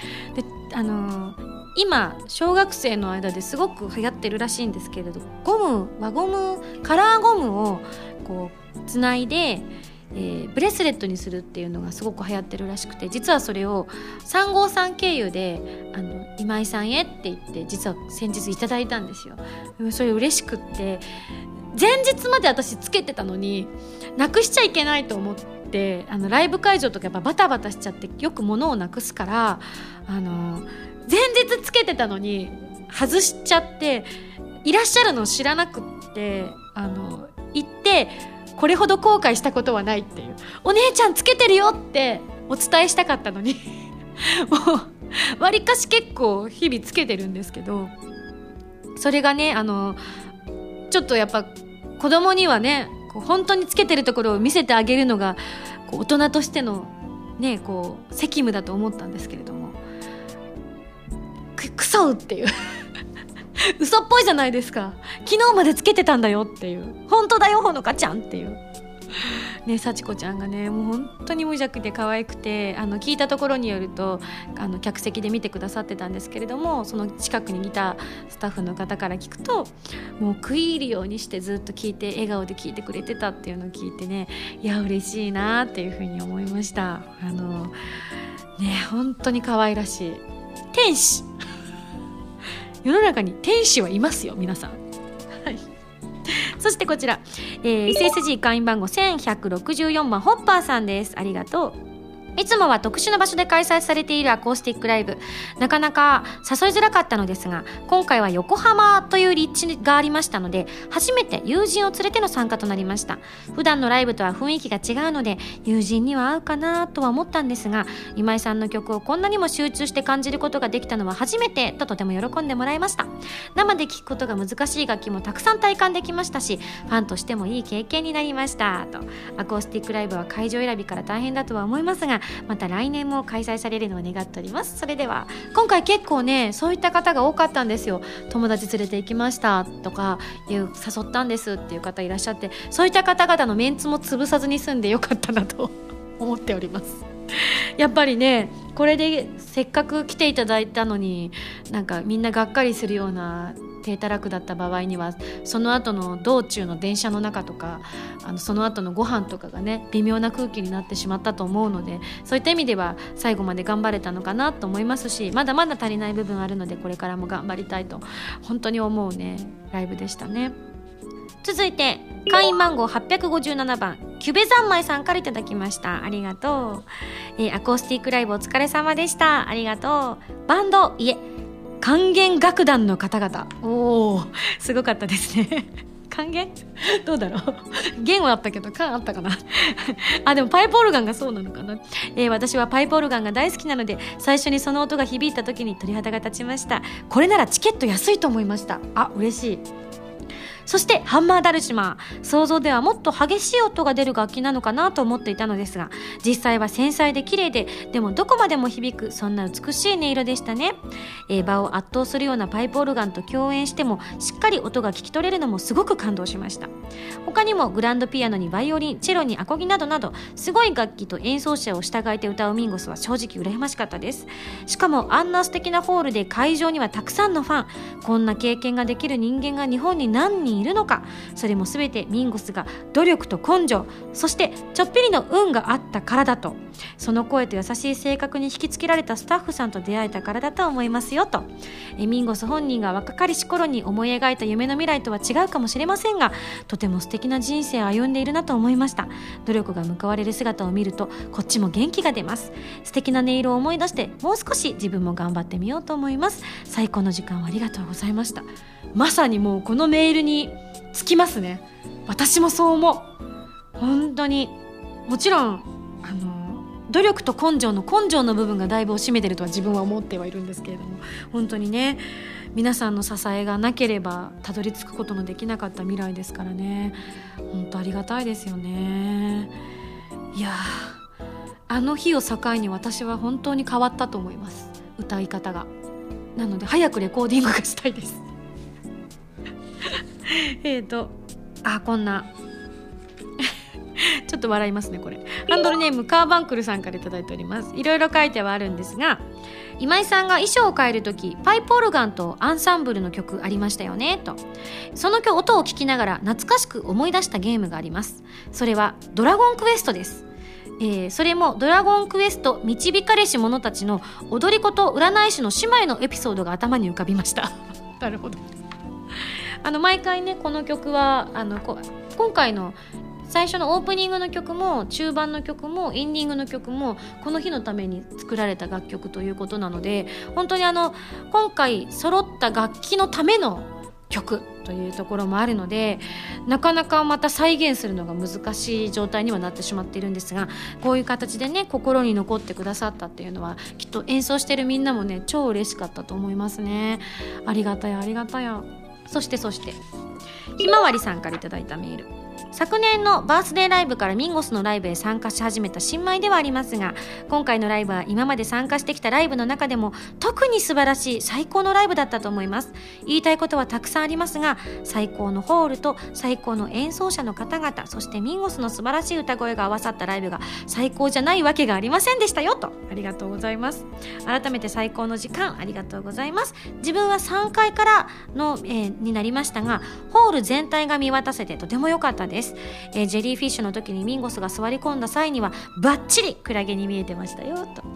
であのー、今小学生の間ですごく流行ってるらしいんですけれど、ゴム輪ゴムカラーゴムをこうつないで、えー、ブレスレットにするっていうのがすごく流行ってるらしくて、実はそれをさんごうさん経由であの今井さんへって言って実は先日いただいたんですよ。それ嬉しくって、前日まで私つけてたのになくしちゃいけないと思ってであのライブ会場とかやっぱバタバタしちゃってよく物をなくすから、あの前日つけてたのに外しちゃっていらっしゃるのを知らなくって、あの行ってこれほど後悔したことはないっていう、お姉ちゃんつけてるよってお伝えしたかったのにもうわりかし結構日々つけてるんですけど、それがねあのちょっとやっぱ子供にはね本当につけてるところを見せてあげるのがこう大人としての、ね、こう責務だと思ったんですけれども、くクソっていう嘘っぽいじゃないですか。昨日までつけてたんだよっていう、本当だよほのかちゃんっていうね、幸子ちゃんがねもう本当に無邪気で可愛くて、あの聞いたところによるとあの客席で見てくださってたんですけれども、その近くにいたスタッフの方から聞くともう食い入るようにしてずっと聞いて笑顔で聞いてくれてたっていうのを聞いてね、いや嬉しいなっていうふうに思いました。あのね、本当に可愛らしい天使世の中に天使はいますよ皆さん、はい、そしてこちら、えー、エスエスジー 会員番号せんひゃくろくじゅうよんばんホッパーさんです。ありがとう。いつもは特殊な場所で開催されているアコースティックライブ、なかなか誘いづらかったのですが、今回は横浜という立地がありましたので、初めて友人を連れての参加となりました。普段のライブとは雰囲気が違うので友人には合うかなとは思ったんですが、今井さんの曲をこんなにも集中して感じることができたのは初めてととても喜んでもらいました。生で聴くことが難しい楽器もたくさん体感できましたし、ファンとしてもいい経験になりましたと。アコースティックライブは会場選びから大変だとは思いますが、また来年も開催されるのを願っております。それでは今回結構ねそういった方が多かったんですよ。友達連れて行きましたとかいう誘ったんですっていう方いらっしゃって、そういった方々のメンツも潰さずに済んでよかったなと思っております。やっぱりねこれでせっかく来ていただいたのになんかみんながっかりするような低たらくだった場合には、その後の道中の電車の中とかあのその後のご飯とかがね微妙な空気になってしまったと思うので、そういった意味では最後まで頑張れたのかなと思いますし、まだまだ足りない部分あるのでこれからも頑張りたいと本当に思うねライブでしたね。続いて会員番号はっぴゃくごじゅうななばんキュベ三昧さんからいただきました。ありがとう、えー、アコースティックライブお疲れ様でした。ありがとう。バンドいえ管弦楽団の方々、おーすごかったですね管弦どうだろう弦はあったけど管あったかなあでもパイプオルガンがそうなのかな、えー、私はパイプオルガンが大好きなので最初にその音が響いた時に鳥肌が立ちました。これならチケット安いと思いました。あ嬉しい。そしてハンマーダルシマー、想像ではもっと激しい音が出る楽器なのかなと思っていたのですが、実際は繊細で綺麗で、でもどこまでも響くそんな美しい音色でしたね、えー、場を圧倒するようなパイプオルガンと共演してもしっかり音が聞き取れるのもすごく感動しました。他にもグランドピアノにバイオリン、チェロにアコギなどなどすごい楽器と演奏者を従えて歌うミンゴスは正直羨ましかったです。しかもあんな素敵なホールで会場にはたくさんのファン、こんな経験ができる人間が日本に何人いるのか、それも全てミンゴスが努力と根性、そしてちょっぴりの運があったからだと、その声と優しい性格に引きつけられたスタッフさんと出会えたからだと思いますよと。えミンゴス本人が若かりし頃に思い描いた夢の未来とは違うかもしれませんが、とても素敵な人生を歩んでいるなと思いました。努力が報われる姿を見るとこっちも元気が出ます。素敵な音色を思い出してもう少し自分も頑張ってみようと思います。最高の時間をありがとうございました。まさにもうこのメールにつきますね。私もそう思う。本当にもちろんあの努力と根性の根性の部分がだいぶを占めてるとは自分は思ってはいるんですけれども、本当にね皆さんの支えがなければたどり着くことのできなかった未来ですからね、本当ありがたいですよね。いやあの日を境に私は本当に変わったと思います、歌い方が。なので早くレコーディングがしたいですえっとあこんなちょっと笑いますねこれ。ハンドルネームカーバンクルさんからいただいております。いろいろ書いてはあるんですが、今井さんが衣装を変えるときパイプオルガンとアンサンブルの曲ありましたよねと。その音を聞きながら懐かしく思い出したゲームがあります。それはドラゴンクエストです。えー、それもドラゴンクエスト導かれし者たちの踊り子と占い師の姉妹のエピソードが頭に浮かびましたなるほど。あの毎回ねこの曲はあのこ今回の最初のオープニングの曲も中盤の曲もエンディングの曲もこの日のために作られた楽曲ということなので、本当にあの今回揃った楽器のための曲というところもあるので、なかなかまた再現するのが難しい状態にはなってしまっているんですが、こういう形でね心に残ってくださったっていうのはきっと演奏してるみんなもね超嬉しかったと思いますね。ありがたやありがたや。そしてそしてひまわりさんからいただいたメール。昨年のバースデーライブからミンゴスのライブへ参加し始めた新米ではありますが、今回のライブは今まで参加してきたライブの中でも特に素晴らしい最高のライブだったと思います。言いたいことはたくさんありますが、最高のホールと最高の演奏者の方々、そしてミンゴスの素晴らしい歌声が合わさったライブが最高じゃないわけがありませんでしたよと。ありがとうございます。改めて最高の時間ありがとうございます。自分はさんかいからの、えー、になりましたが、ホール全体が見渡せてとても良かったです。えー、ジェリーフィッシュの時にミンゴスが座り込んだ際にはバッチリクラゲに見えてましたよと。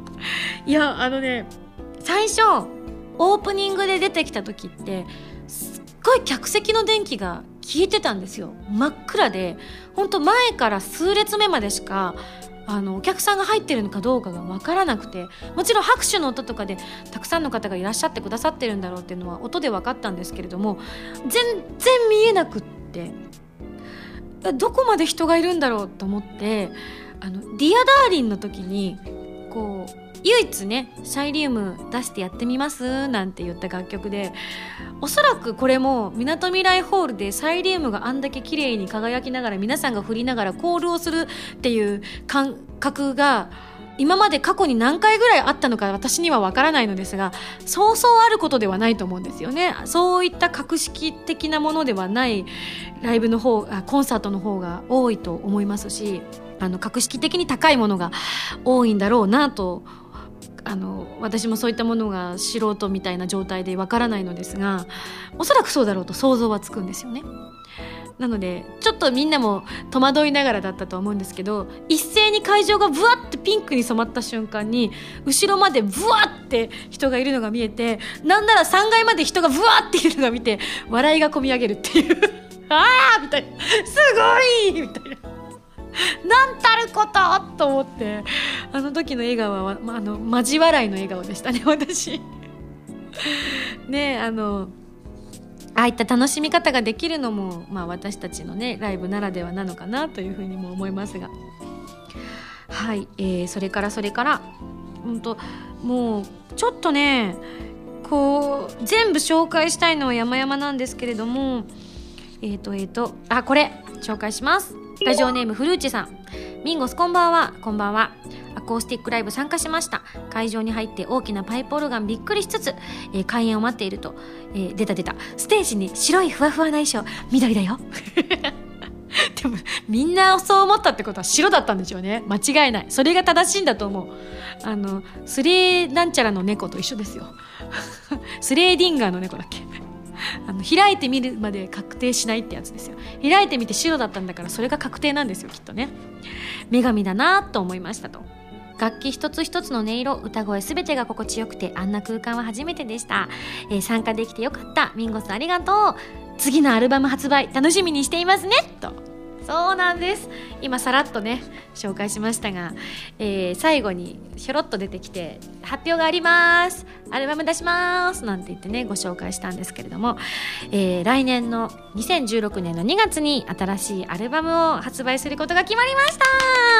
いやあのね最初オープニングで出てきた時ってすっごい客席の電気が消えてたんですよ。真っ暗で本当前から数列目までしかあのお客さんが入ってるのかどうかが分からなくて、もちろん拍手の音とかでたくさんの方がいらっしゃってくださってるんだろうっていうのは音で分かったんですけれども、全然見えなくってどこまで人がいるんだろうと思って、あのディアダーリンの時にこう唯一ねサイリウム出してやってみますなんて言った楽曲で、おそらくこれもみなとみらいホールでサイリウムがあんだけ綺麗に輝きながら皆さんが振りながらコールをするっていう感覚が今まで過去に何回ぐらいあったのか私には分からないのですが、そうそうあることではないと思うんですよね。そういった格式的なものではないライブの方あコンサートの方が多いと思いますし、あの格式的に高いものが多いんだろうなと、あの私もそういったものが素人みたいな状態でわからないのですが、おそらくそうだろうと想像はつくんですよね。なのでちょっとみんなも戸惑いながらだったと思うんですけど、一斉に会場がブワッてピンクに染まった瞬間に後ろまでブワッて人がいるのが見えて、なんならさんがいまで人がブワッているのが見て笑いがこみ上げるっていうあーみたいな、すごいみたいな、なんたることと思って、あの時の笑顔は、まあ、あの交笑いの笑顔でしたね私ねえ、あのああいった楽しみ方ができるのも、まあ、私たちのねライブならではなのかなというふうにも思いますが、はい、えー、それからそれから本当もうちょっとねこう全部紹介したいのは山々なんですけれども、えーとえーとあこれ紹介します。ラジオネームフルーチェさん、ミンゴスこんばんは。こんばんは。アコースティックライブ参加しました。会場に入って大きなパイプオルガンびっくりしつつ、えー、開演を待っていると、えー、出た出たステージに白いふわふわな衣装、緑だよでもみんなそう思ったってことは白だったんでしょうね。間違いない、それが正しいんだと思う。あのスレーなんちゃらの猫と一緒ですよスレーディンガーの猫だっけあの開いてみるまで確定しないってやつですよ。開いてみて白だったんだからそれが確定なんですよきっとね。女神だなと思いましたと。楽器一つ一つの音色、歌声すべてが心地よくて、あんな空間は初めてでした、えー、参加できてよかった。ミンゴスありがとう。次のアルバム発売楽しみにしていますねと。そうなんです。今さらっとね紹介しましたが、えー、最後にひょろっと出てきて発表があります、アルバム出しますなんて言ってねご紹介したんですけれども、えー、来年のにせんじゅうろくねんのにがつに新しいアルバムを発売することが決まりました。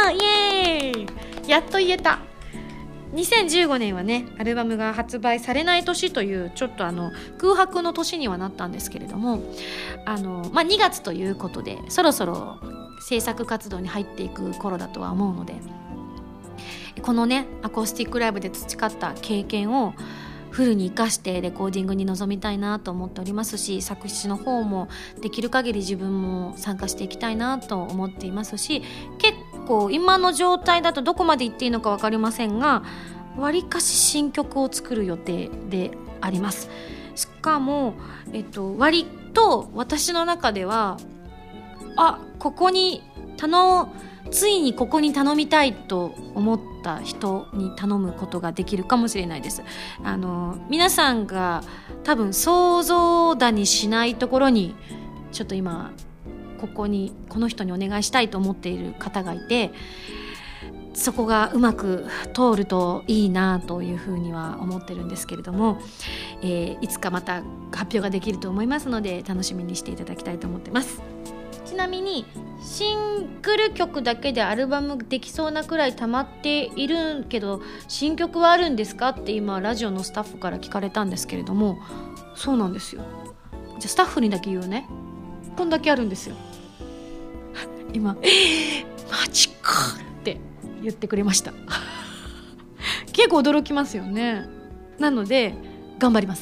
イエーイ、やっと言えた。にせんじゅうごねんはねアルバムが発売されない年というちょっとあの空白の年にはなったんですけれども、あの、まあ、にがつということでそろそろ制作活動に入っていく頃だとは思うので、このねアコースティックライブで培った経験をフルに生かしてレコーディングに臨みたいなと思っておりますし、作詞の方もできる限り自分も参加していきたいなと思っていますし、結構今の状態だとどこまで行っていいのか分かりませんが、わりかし新曲を作る予定であります。しかも、えっと、割と私の中ではあここに頼ついにここに頼みたいと思った人に頼むことができるかもしれないです。あの皆さんが多分想像だにしないところにちょっと今ここにこの人にお願いしたいと思っている方がいて、そこがうまく通るといいなというふうには思ってるんですけれども、えー、いつかまた発表ができると思いますので楽しみにしていただきたいと思ってます。ちなみにシングル曲だけでアルバムできそうなくらい溜まっているけど新曲はあるんですかって今ラジオのスタッフから聞かれたんですけれども、そうなんですよ。じゃあスタッフにだけ言うね、こんだけあるんですよ。今えー、マジかって言ってくれました結構驚きますよね。なので頑張ります。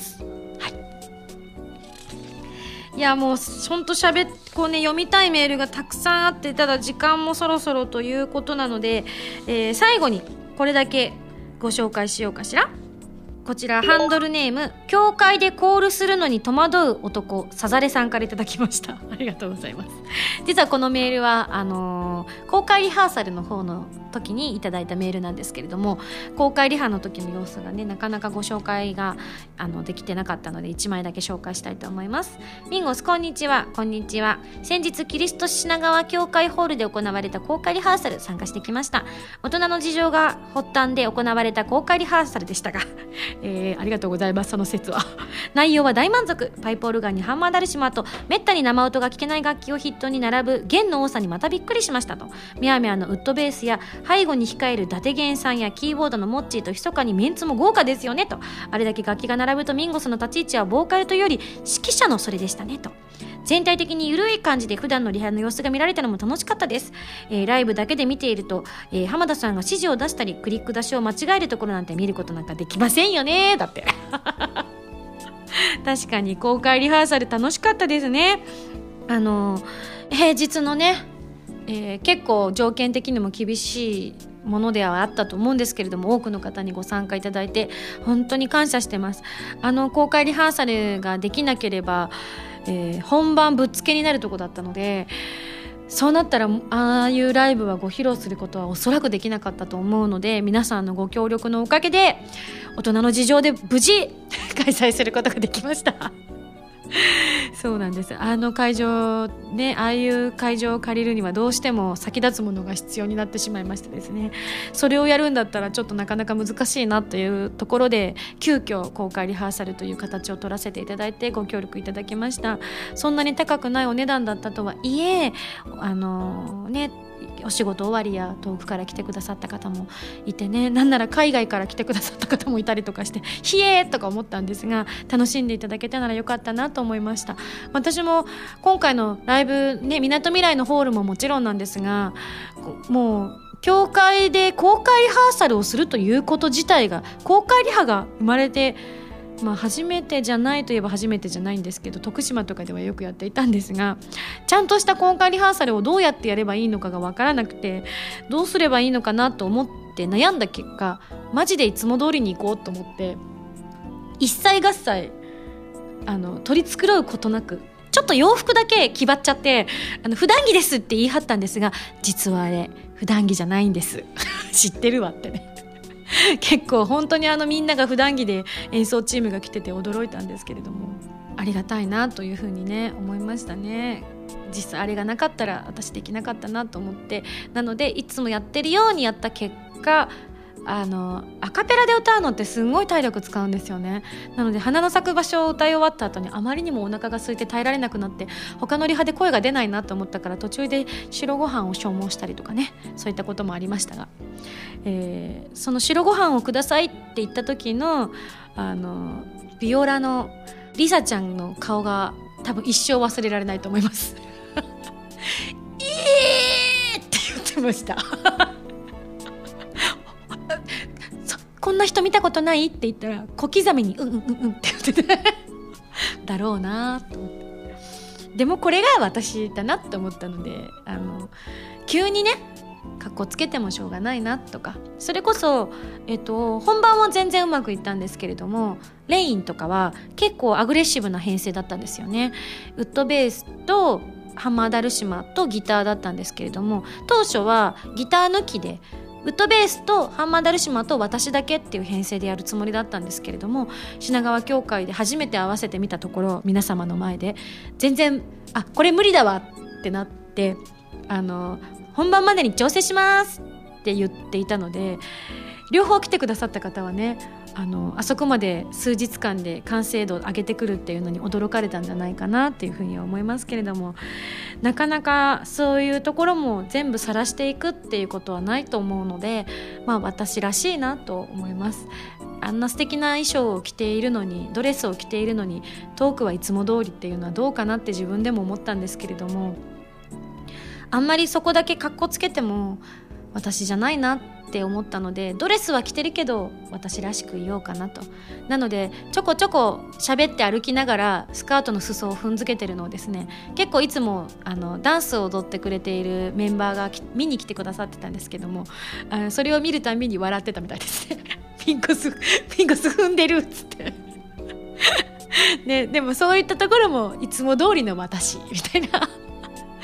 いやもうほんとしゃべっこうね読みたいメールがたくさんあって、ただ時間もそろそろということなので、えー、最後にこれだけご紹介しようかしら。こちらハンドルネーム教会でコールするのに戸惑う男サザレさんからいただきました。ありがとうございます。実はこのメールはあのの公開リハーサルの方の時にいただいたメールなんですけれども、公開リハの時の様子がねなかなかご紹介があのできてなかったのでいちまいだけ紹介したいと思います。ミンゴスこんにちは。こんにちは。先日キリスト品川教会ホールで行われた公開リハーサル参加してきました。大人の事情が発端で行われた公開リハーサルでしたが、えー、ありがとうございます。その説は内容は大満足。パイプオルガンにハンマーダルシマとめったに生音が聞けない楽器を筆頭に並ぶ弦の多さにまたびっくりしましたと。ミャーミャーのウッドベースや背後に控える伊達弦さんやキーボードのモッチーと密かにメンツも豪華ですよねと。あれだけ楽器が並ぶとミンゴスの立ち位置はボーカルというより指揮者のそれでしたねと。全体的に緩い感じで普段のリハの様子が見られたのも楽しかったです。えー、ライブだけで見ていると、えー、浜田さんが指示を出したりクリック出しを間違えるところなんて見ることなんかできませんよねだって確かに公開リハーサル楽しかったですね。あの平日のね、えー、結構条件的にも厳しいものではあったと思うんですけれども、多くの方にご参加いただいて本当に感謝してます。あの公開リハーサルができなければ、えー、本番ぶっつけになるとこだったので、そうなったらああいうライブはご披露することはおそらくできなかったと思うので、皆さんのご協力のおかげで大人の事情で無事開催することができましたそうなんです。あの会場ね、ああいう会場を借りるにはどうしても先立つものが必要になってしまいましてですね、それをやるんだったらちょっとなかなか難しいなというところで急遽公開リハーサルという形を取らせていただいてご協力いただきました。そんなに高くないお値段だったとはいえ、あのねお仕事終わりや遠くから来てくださった方もいてね、なんなら海外から来てくださった方もいたりとかして、ひえーとか思ったんですが、楽しんでいただけたならよかったなと思いました。私も今回のライブね、みなとみらいのホールももちろんなんですが、もう教会で公開リハーサルをするということ自体が、公開リハが生まれてまあ、初めてじゃないといえば初めてじゃないんですけど、徳島とかではよくやっていたんですが、ちゃんとした公開リハーサルをどうやってやればいいのかが分からなくて、どうすればいいのかなと思って悩んだ結果、マジでいつも通りに行こうと思って、一切合切あの取り繕うことなく、ちょっと洋服だけ気張っちゃって、あの普段着ですって言い張ったんですが、実はあれ普段着じゃないんです知ってるわってね結構本当にあのみんなが普段着で演奏チームが来てて驚いたんですけれども、ありがたいなというふうにね思いましたね。実際あれがなかったら私できなかったなと思って、なのでいつもやってるようにやった結果、あのアカペラで歌うのってすんごい体力使うんですよね。なので花の咲く場所を歌い終わった後にあまりにもお腹が空いて耐えられなくなって、他のリハで声が出ないなと思ったから途中で白ご飯を消耗したりとかね、そういったこともありましたが、えー、その白ご飯をくださいって言った時のあのビオラのリサちゃんの顔が多分一生忘れられないと思いますえーって言ってましたこんな人見たことないって言ったら小刻みにうんうんうんうんって言っててだろうなと思って、でもこれが私だなと思ったので、あの急にねかっこつけてもしょうがないなとか、それこそ、えっと、本番は全然うまくいったんですけれども、レインとかは結構アグレッシブな編成だったんですよね。ウッドベースとハンマーダルシマとギターだったんですけれども、当初はギター抜きでウッドベースとハンマーダルシマと私だけっていう編成でやるつもりだったんですけれども、品川教会で初めて合わせてみたところ、皆様の前で全然あこれ無理だわってなって、あの本番までに調整しますって言っていたので、両方来てくださった方はね、あのあそこまで数日間で完成度を上げてくるっていうのに驚かれたんじゃないかなっていうふうには思いますけれども、なかなかそういうところも全部晒していくっていうことはないと思うので、まあ私らしいなと思います。あんな素敵な衣装を着ているのに、ドレスを着ているのにトークはいつも通りっていうのはどうかなって自分でも思ったんですけれども、あんまりそこだけカッコつけても私じゃないなって思ったので、ドレスは着てるけど私らしくいようかなと。なのでちょこちょこ喋って歩きながらスカートの裾を踏んづけてるのをですね、結構いつもあのダンスを踊ってくれているメンバーが見に来てくださってたんですけども、あのそれを見るたびに笑ってたみたいですねピンコスピンコス踏んでるっつってね、でもそういったところもいつも通りの私みたいな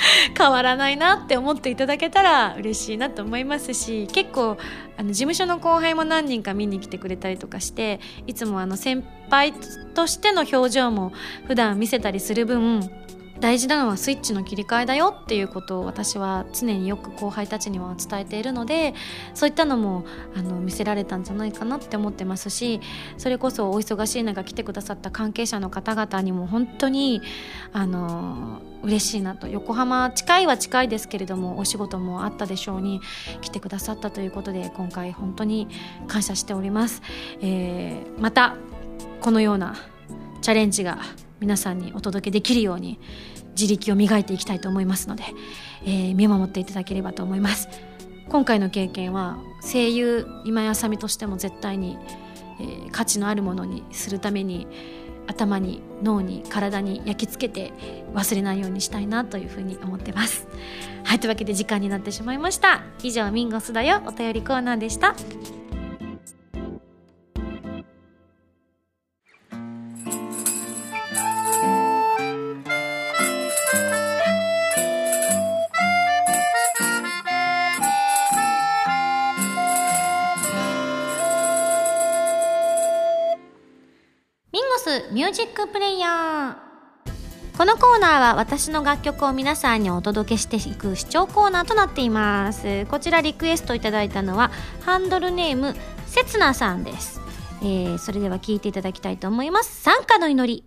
変わらないなって思っていただけたら嬉しいなと思いますし、結構あの事務所の後輩も何人か見に来てくれたりとかして、いつもあの先輩としての表情も普段見せたりする分、大事なのはスイッチの切り替えだよっていうことを私は常によく後輩たちには伝えているので、そういったのもあの見せられたんじゃないかなって思ってますし、それこそお忙しい中来てくださった関係者の方々にも本当にあの嬉しいなと。横浜近いは近いですけれども、お仕事もあったでしょうに来てくださったということで、今回本当に感謝しております。えー、またこのようなチャレンジが皆さんにお届けできるように自力を磨いていきたいと思いますので、えー、見守っていただければと思います。今回の経験は声優今井あさみとしても絶対に、えー、価値のあるものにするために、頭に脳に体に焼き付けて忘れないようにしたいなというふうに思ってます。はい、というわけで時間になってしまいました。以上、ミンゴスだよお便りコーナーでした。ミュージックプレイヤー。このコーナーは私の楽曲を皆さんにお届けしていく視聴コーナーとなっています。こちらリクエストいただいたのはハンドルネームせつなさんです。えー、それでは聴いていただきたいと思います。賛歌の祈り。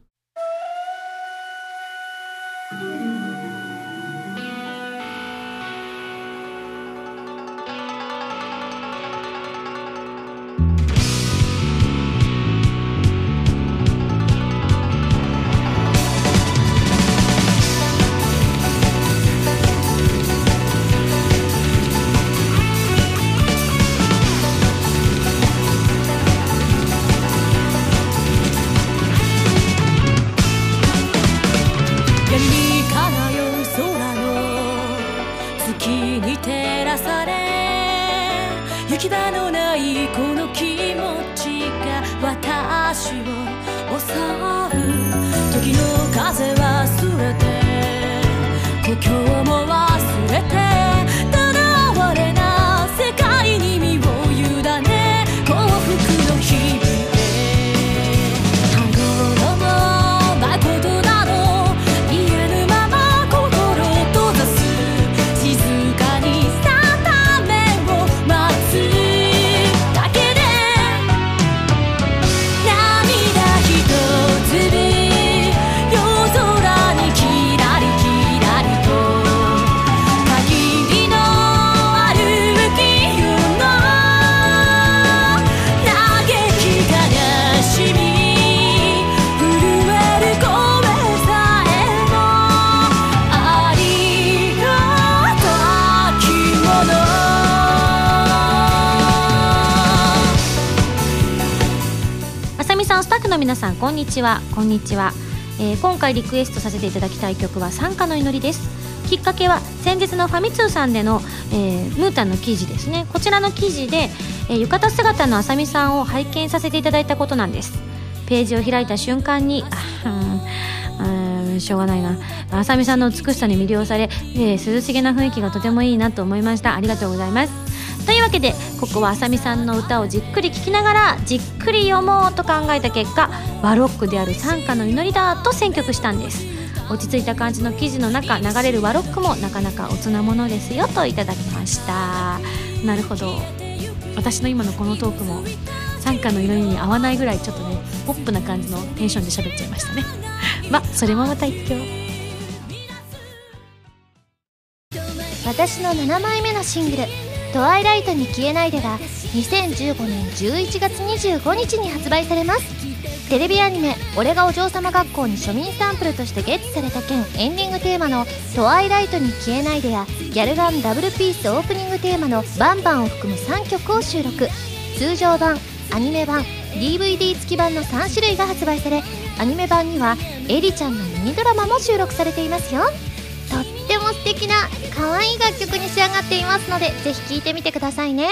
の皆さんこんにちは。こんにちは、えー、今回リクエストさせていただきたい曲は賛歌の祈りです。きっかけは先日のファミ通さんでの、えー、ムータンの記事ですね。こちらの記事で、えー、浴衣姿のあさみさんを拝見させていただいたことなんです。ページを開いた瞬間にあ、うん、しょうがないな、あさみさんの美しさに魅了され、えー、涼しげな雰囲気がとてもいいなと思いました。ありがとうございます。というわけでここはあさみさんの歌をじっくり聴きながらじっくり読もうと考えた結果、和ロックである賛歌の祈りだと選曲したんです。落ち着いた感じの記事の中流れる和ロックもなかなかおつなものですよといただきました。なるほど、私の今のこのトークも賛歌の祈りに合わないぐらいちょっとねポップな感じのテンションで喋っちゃいましたね。ま、それもまた一興。 私のななまいめのシングル「トワイライトに消えないで」がにせんじゅうごねんじゅういちがつにじゅうごにちに発売されます。テレビアニメ「俺がお嬢様学校」に庶民サンプルとしてゲットされた件エンディングテーマの「トワイライトに消えないで」やギャルガンダブルピースオープニングテーマの「バンバン」を含むさんきょくを収録。通常版、アニメ版、ディーブイディー 付き版のさんしゅるいが発売され、アニメ版にはエリちゃんのミニドラマも収録されていますよ。とっても素敵な可愛い楽曲に仕上がっていますので、ぜひ聴いてみてくださいね。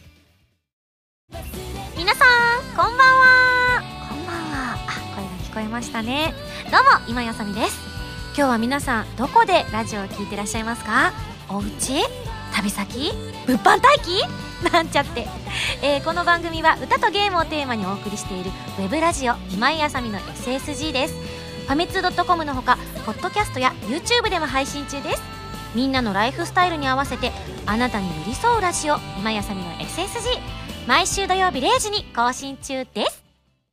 皆さんこんばんは。こんばんは。あ、声が聞こえましたね。どうも今やさみです。 今日は皆さんどこでラジオを聞いてらっしゃいますか？お家？旅先？物販待機？なんちゃって、えー、この番組は歌とゲームをテーマにお送りしているウェブラジオ今井あさみの エスエスジー です。ファミツー .com のほかポッドキャストや YouTube でも配信中です。みんなのライフスタイルに合わせてあなたに寄り添うラジオ今井あさみの エスエスジー、 毎週土曜日れいじに更新中です。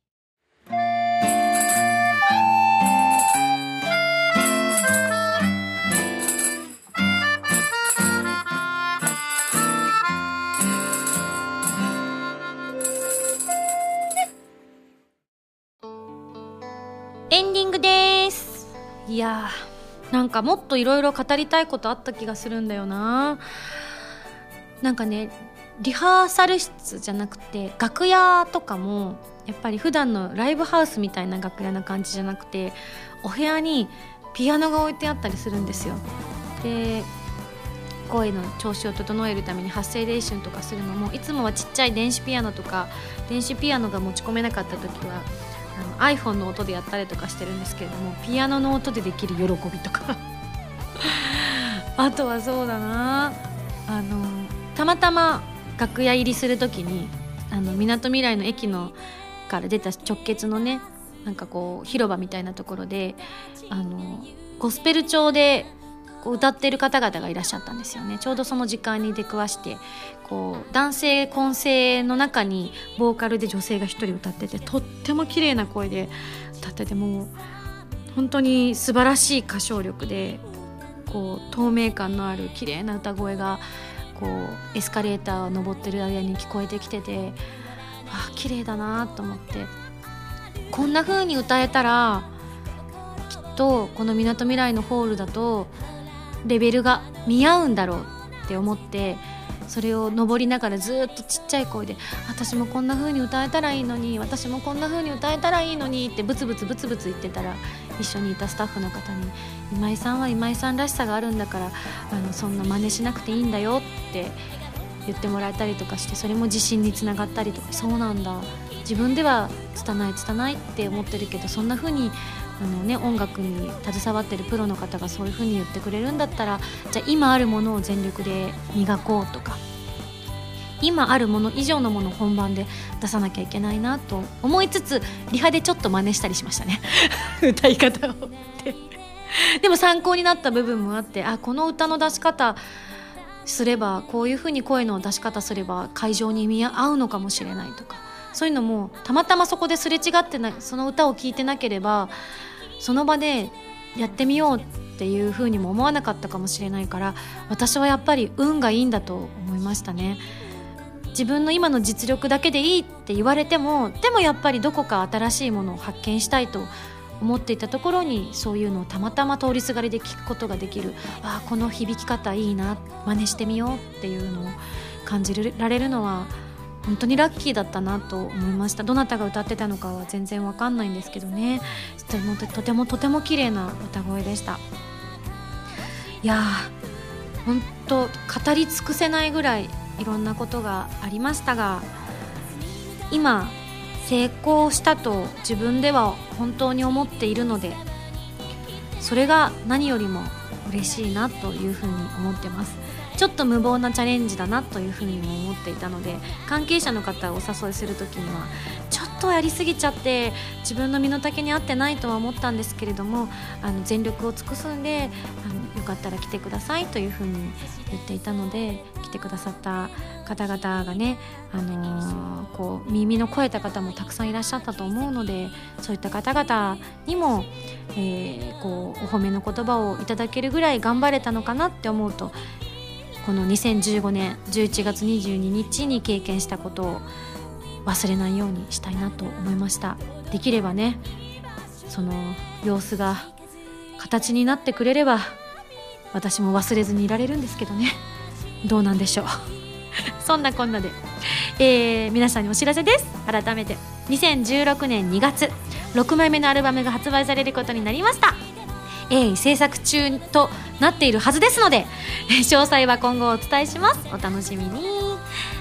エンディングです。いやー、なんかもっといろいろ語りたいことあった気がするんだよな。なんかね、リハーサル室じゃなくて楽屋とかもやっぱり普段のライブハウスみたいな楽屋な感じじゃなくて、お部屋にピアノが置いてあったりするんですよ。で、声の調子を整えるために発声練習とかするのも、いつもはちっちゃい電子ピアノとか、電子ピアノが持ち込めなかった時はあの iPhone の音でやったりとかしてるんですけれども、ピアノの音でできる喜びとかあとはそうだな、あのたまたま楽屋入りする時にあのみなとみらいの駅のから出た直結のね、なんかこう広場みたいなところであのゴスペル調でこう歌っている方々がいらっしゃったんですよね。ちょうどその時間に出くわして、こう男性混声の中にボーカルで女性が一人歌ってて、とっても綺麗な声で歌ってて、もう本当に素晴らしい歌唱力で、こう透明感のある綺麗な歌声がこうエスカレーターを登ってる間に聞こえてきてて、あ、綺麗だなと思って、こんな風に歌えたらきっとこのみなとみらいのホールだとレベルが見合うんだろうって思って、それを登りながらずっとちっちゃい声で、私もこんな風に歌えたらいいのに、私もこんな風に歌えたらいいのにってブツブツブツブツ言ってたら、一緒にいたスタッフの方に、今井さんは今井さんらしさがあるんだから、あのそんな真似しなくていいんだよって言ってもらえたりとかして、それも自信につながったりとか、そうなんだ、自分では拙い拙いって思ってるけど、そんな風にあの、ね、音楽に携わってるプロの方がそういう風に言ってくれるんだったら、じゃあ今あるものを全力で磨こうとか、今あるもの以上のものを本番で出さなきゃいけないなと思いつつ、リハでちょっと真似したりしましたね歌い方をってでも参考になった部分もあって、あ、この歌の出し方すれば、こういう風に声の出し方すれば会場に見合うのかもしれないとか、そういうのもたまたまそこですれ違ってない、その歌を聴いてなければその場でやってみようっていう風にも思わなかったかもしれないから、私はやっぱり運がいいんだと思いましたね。自分の今の実力だけでいいって言われても、でもやっぱりどこか新しいものを発見したいと思っていたところに、そういうのをたまたま通りすがりで聞くことができる、ああこの響き方いいな、真似してみようっていうのを感じられるのは本当にラッキーだったなと思いました。どなたが歌ってたのかは全然わかんないんですけどね、とてもとてもとても綺麗な歌声でした。いやー、本当語り尽くせないぐらいいろんなことがありましたが、今成功したと自分では本当に思っているので、それが何よりも嬉しいなというふうに思ってます。ちょっと無謀なチャレンジだなというふうにも思っていたので、関係者の方をお誘いするときにはちょっとやりすぎちゃって自分の身の丈に合ってないとは思ったんですけれども、あの全力を尽くすんで、あのよかったら来てくださいというふうに言っていたので、来てくださった方々がね、あのー、こう耳の肥えた方もたくさんいらっしゃったと思うので、そういった方々にも、えー、こうお褒めの言葉をいただけるぐらい頑張れたのかなって思うと、このにせんじゅうごねんじゅういちがつにじゅうににちに経験したことを忘れないようにしたいなと思いました。できればね、その様子が形になってくれれば私も忘れずにいられるんですけどね、どうなんでしょうそんなこんなで、えー、皆さんにお知らせです。改めてにせんじゅうろくねんにがつろくまいめのアルバムが発売されることになりました。鋭意制作中となっているはずですので、詳細は今後お伝えします。お楽しみに。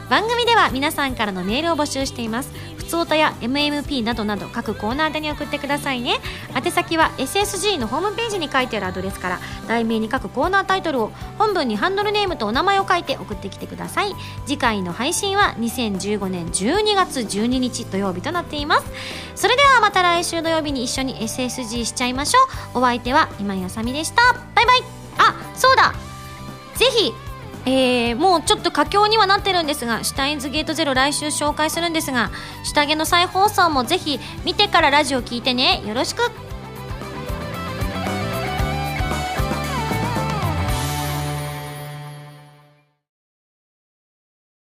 番組では皆さんからのメールを募集しています。ふつおたや エムエムピー などなど各コーナーに送ってくださいね。宛先は エスエスジー のホームページに書いてあるアドレスから、題名に各コーナータイトルを、本文にハンドルネームとお名前を書いて送ってきてください。次回の配信はにせんじゅうごねんじゅうにがつじゅうににち土曜日となっています。それではまた来週土曜日に一緒に エスエスジー しちゃいましょう。お相手は今井あさみでした。バイバイ。あ、そうだ、ぜひえー、もうちょっと佳境にはなってるんですが、シュタインズゲートゼロ来週紹介するんですが、下着の再放送もぜひ見てからラジオ聞いてね。よろしく。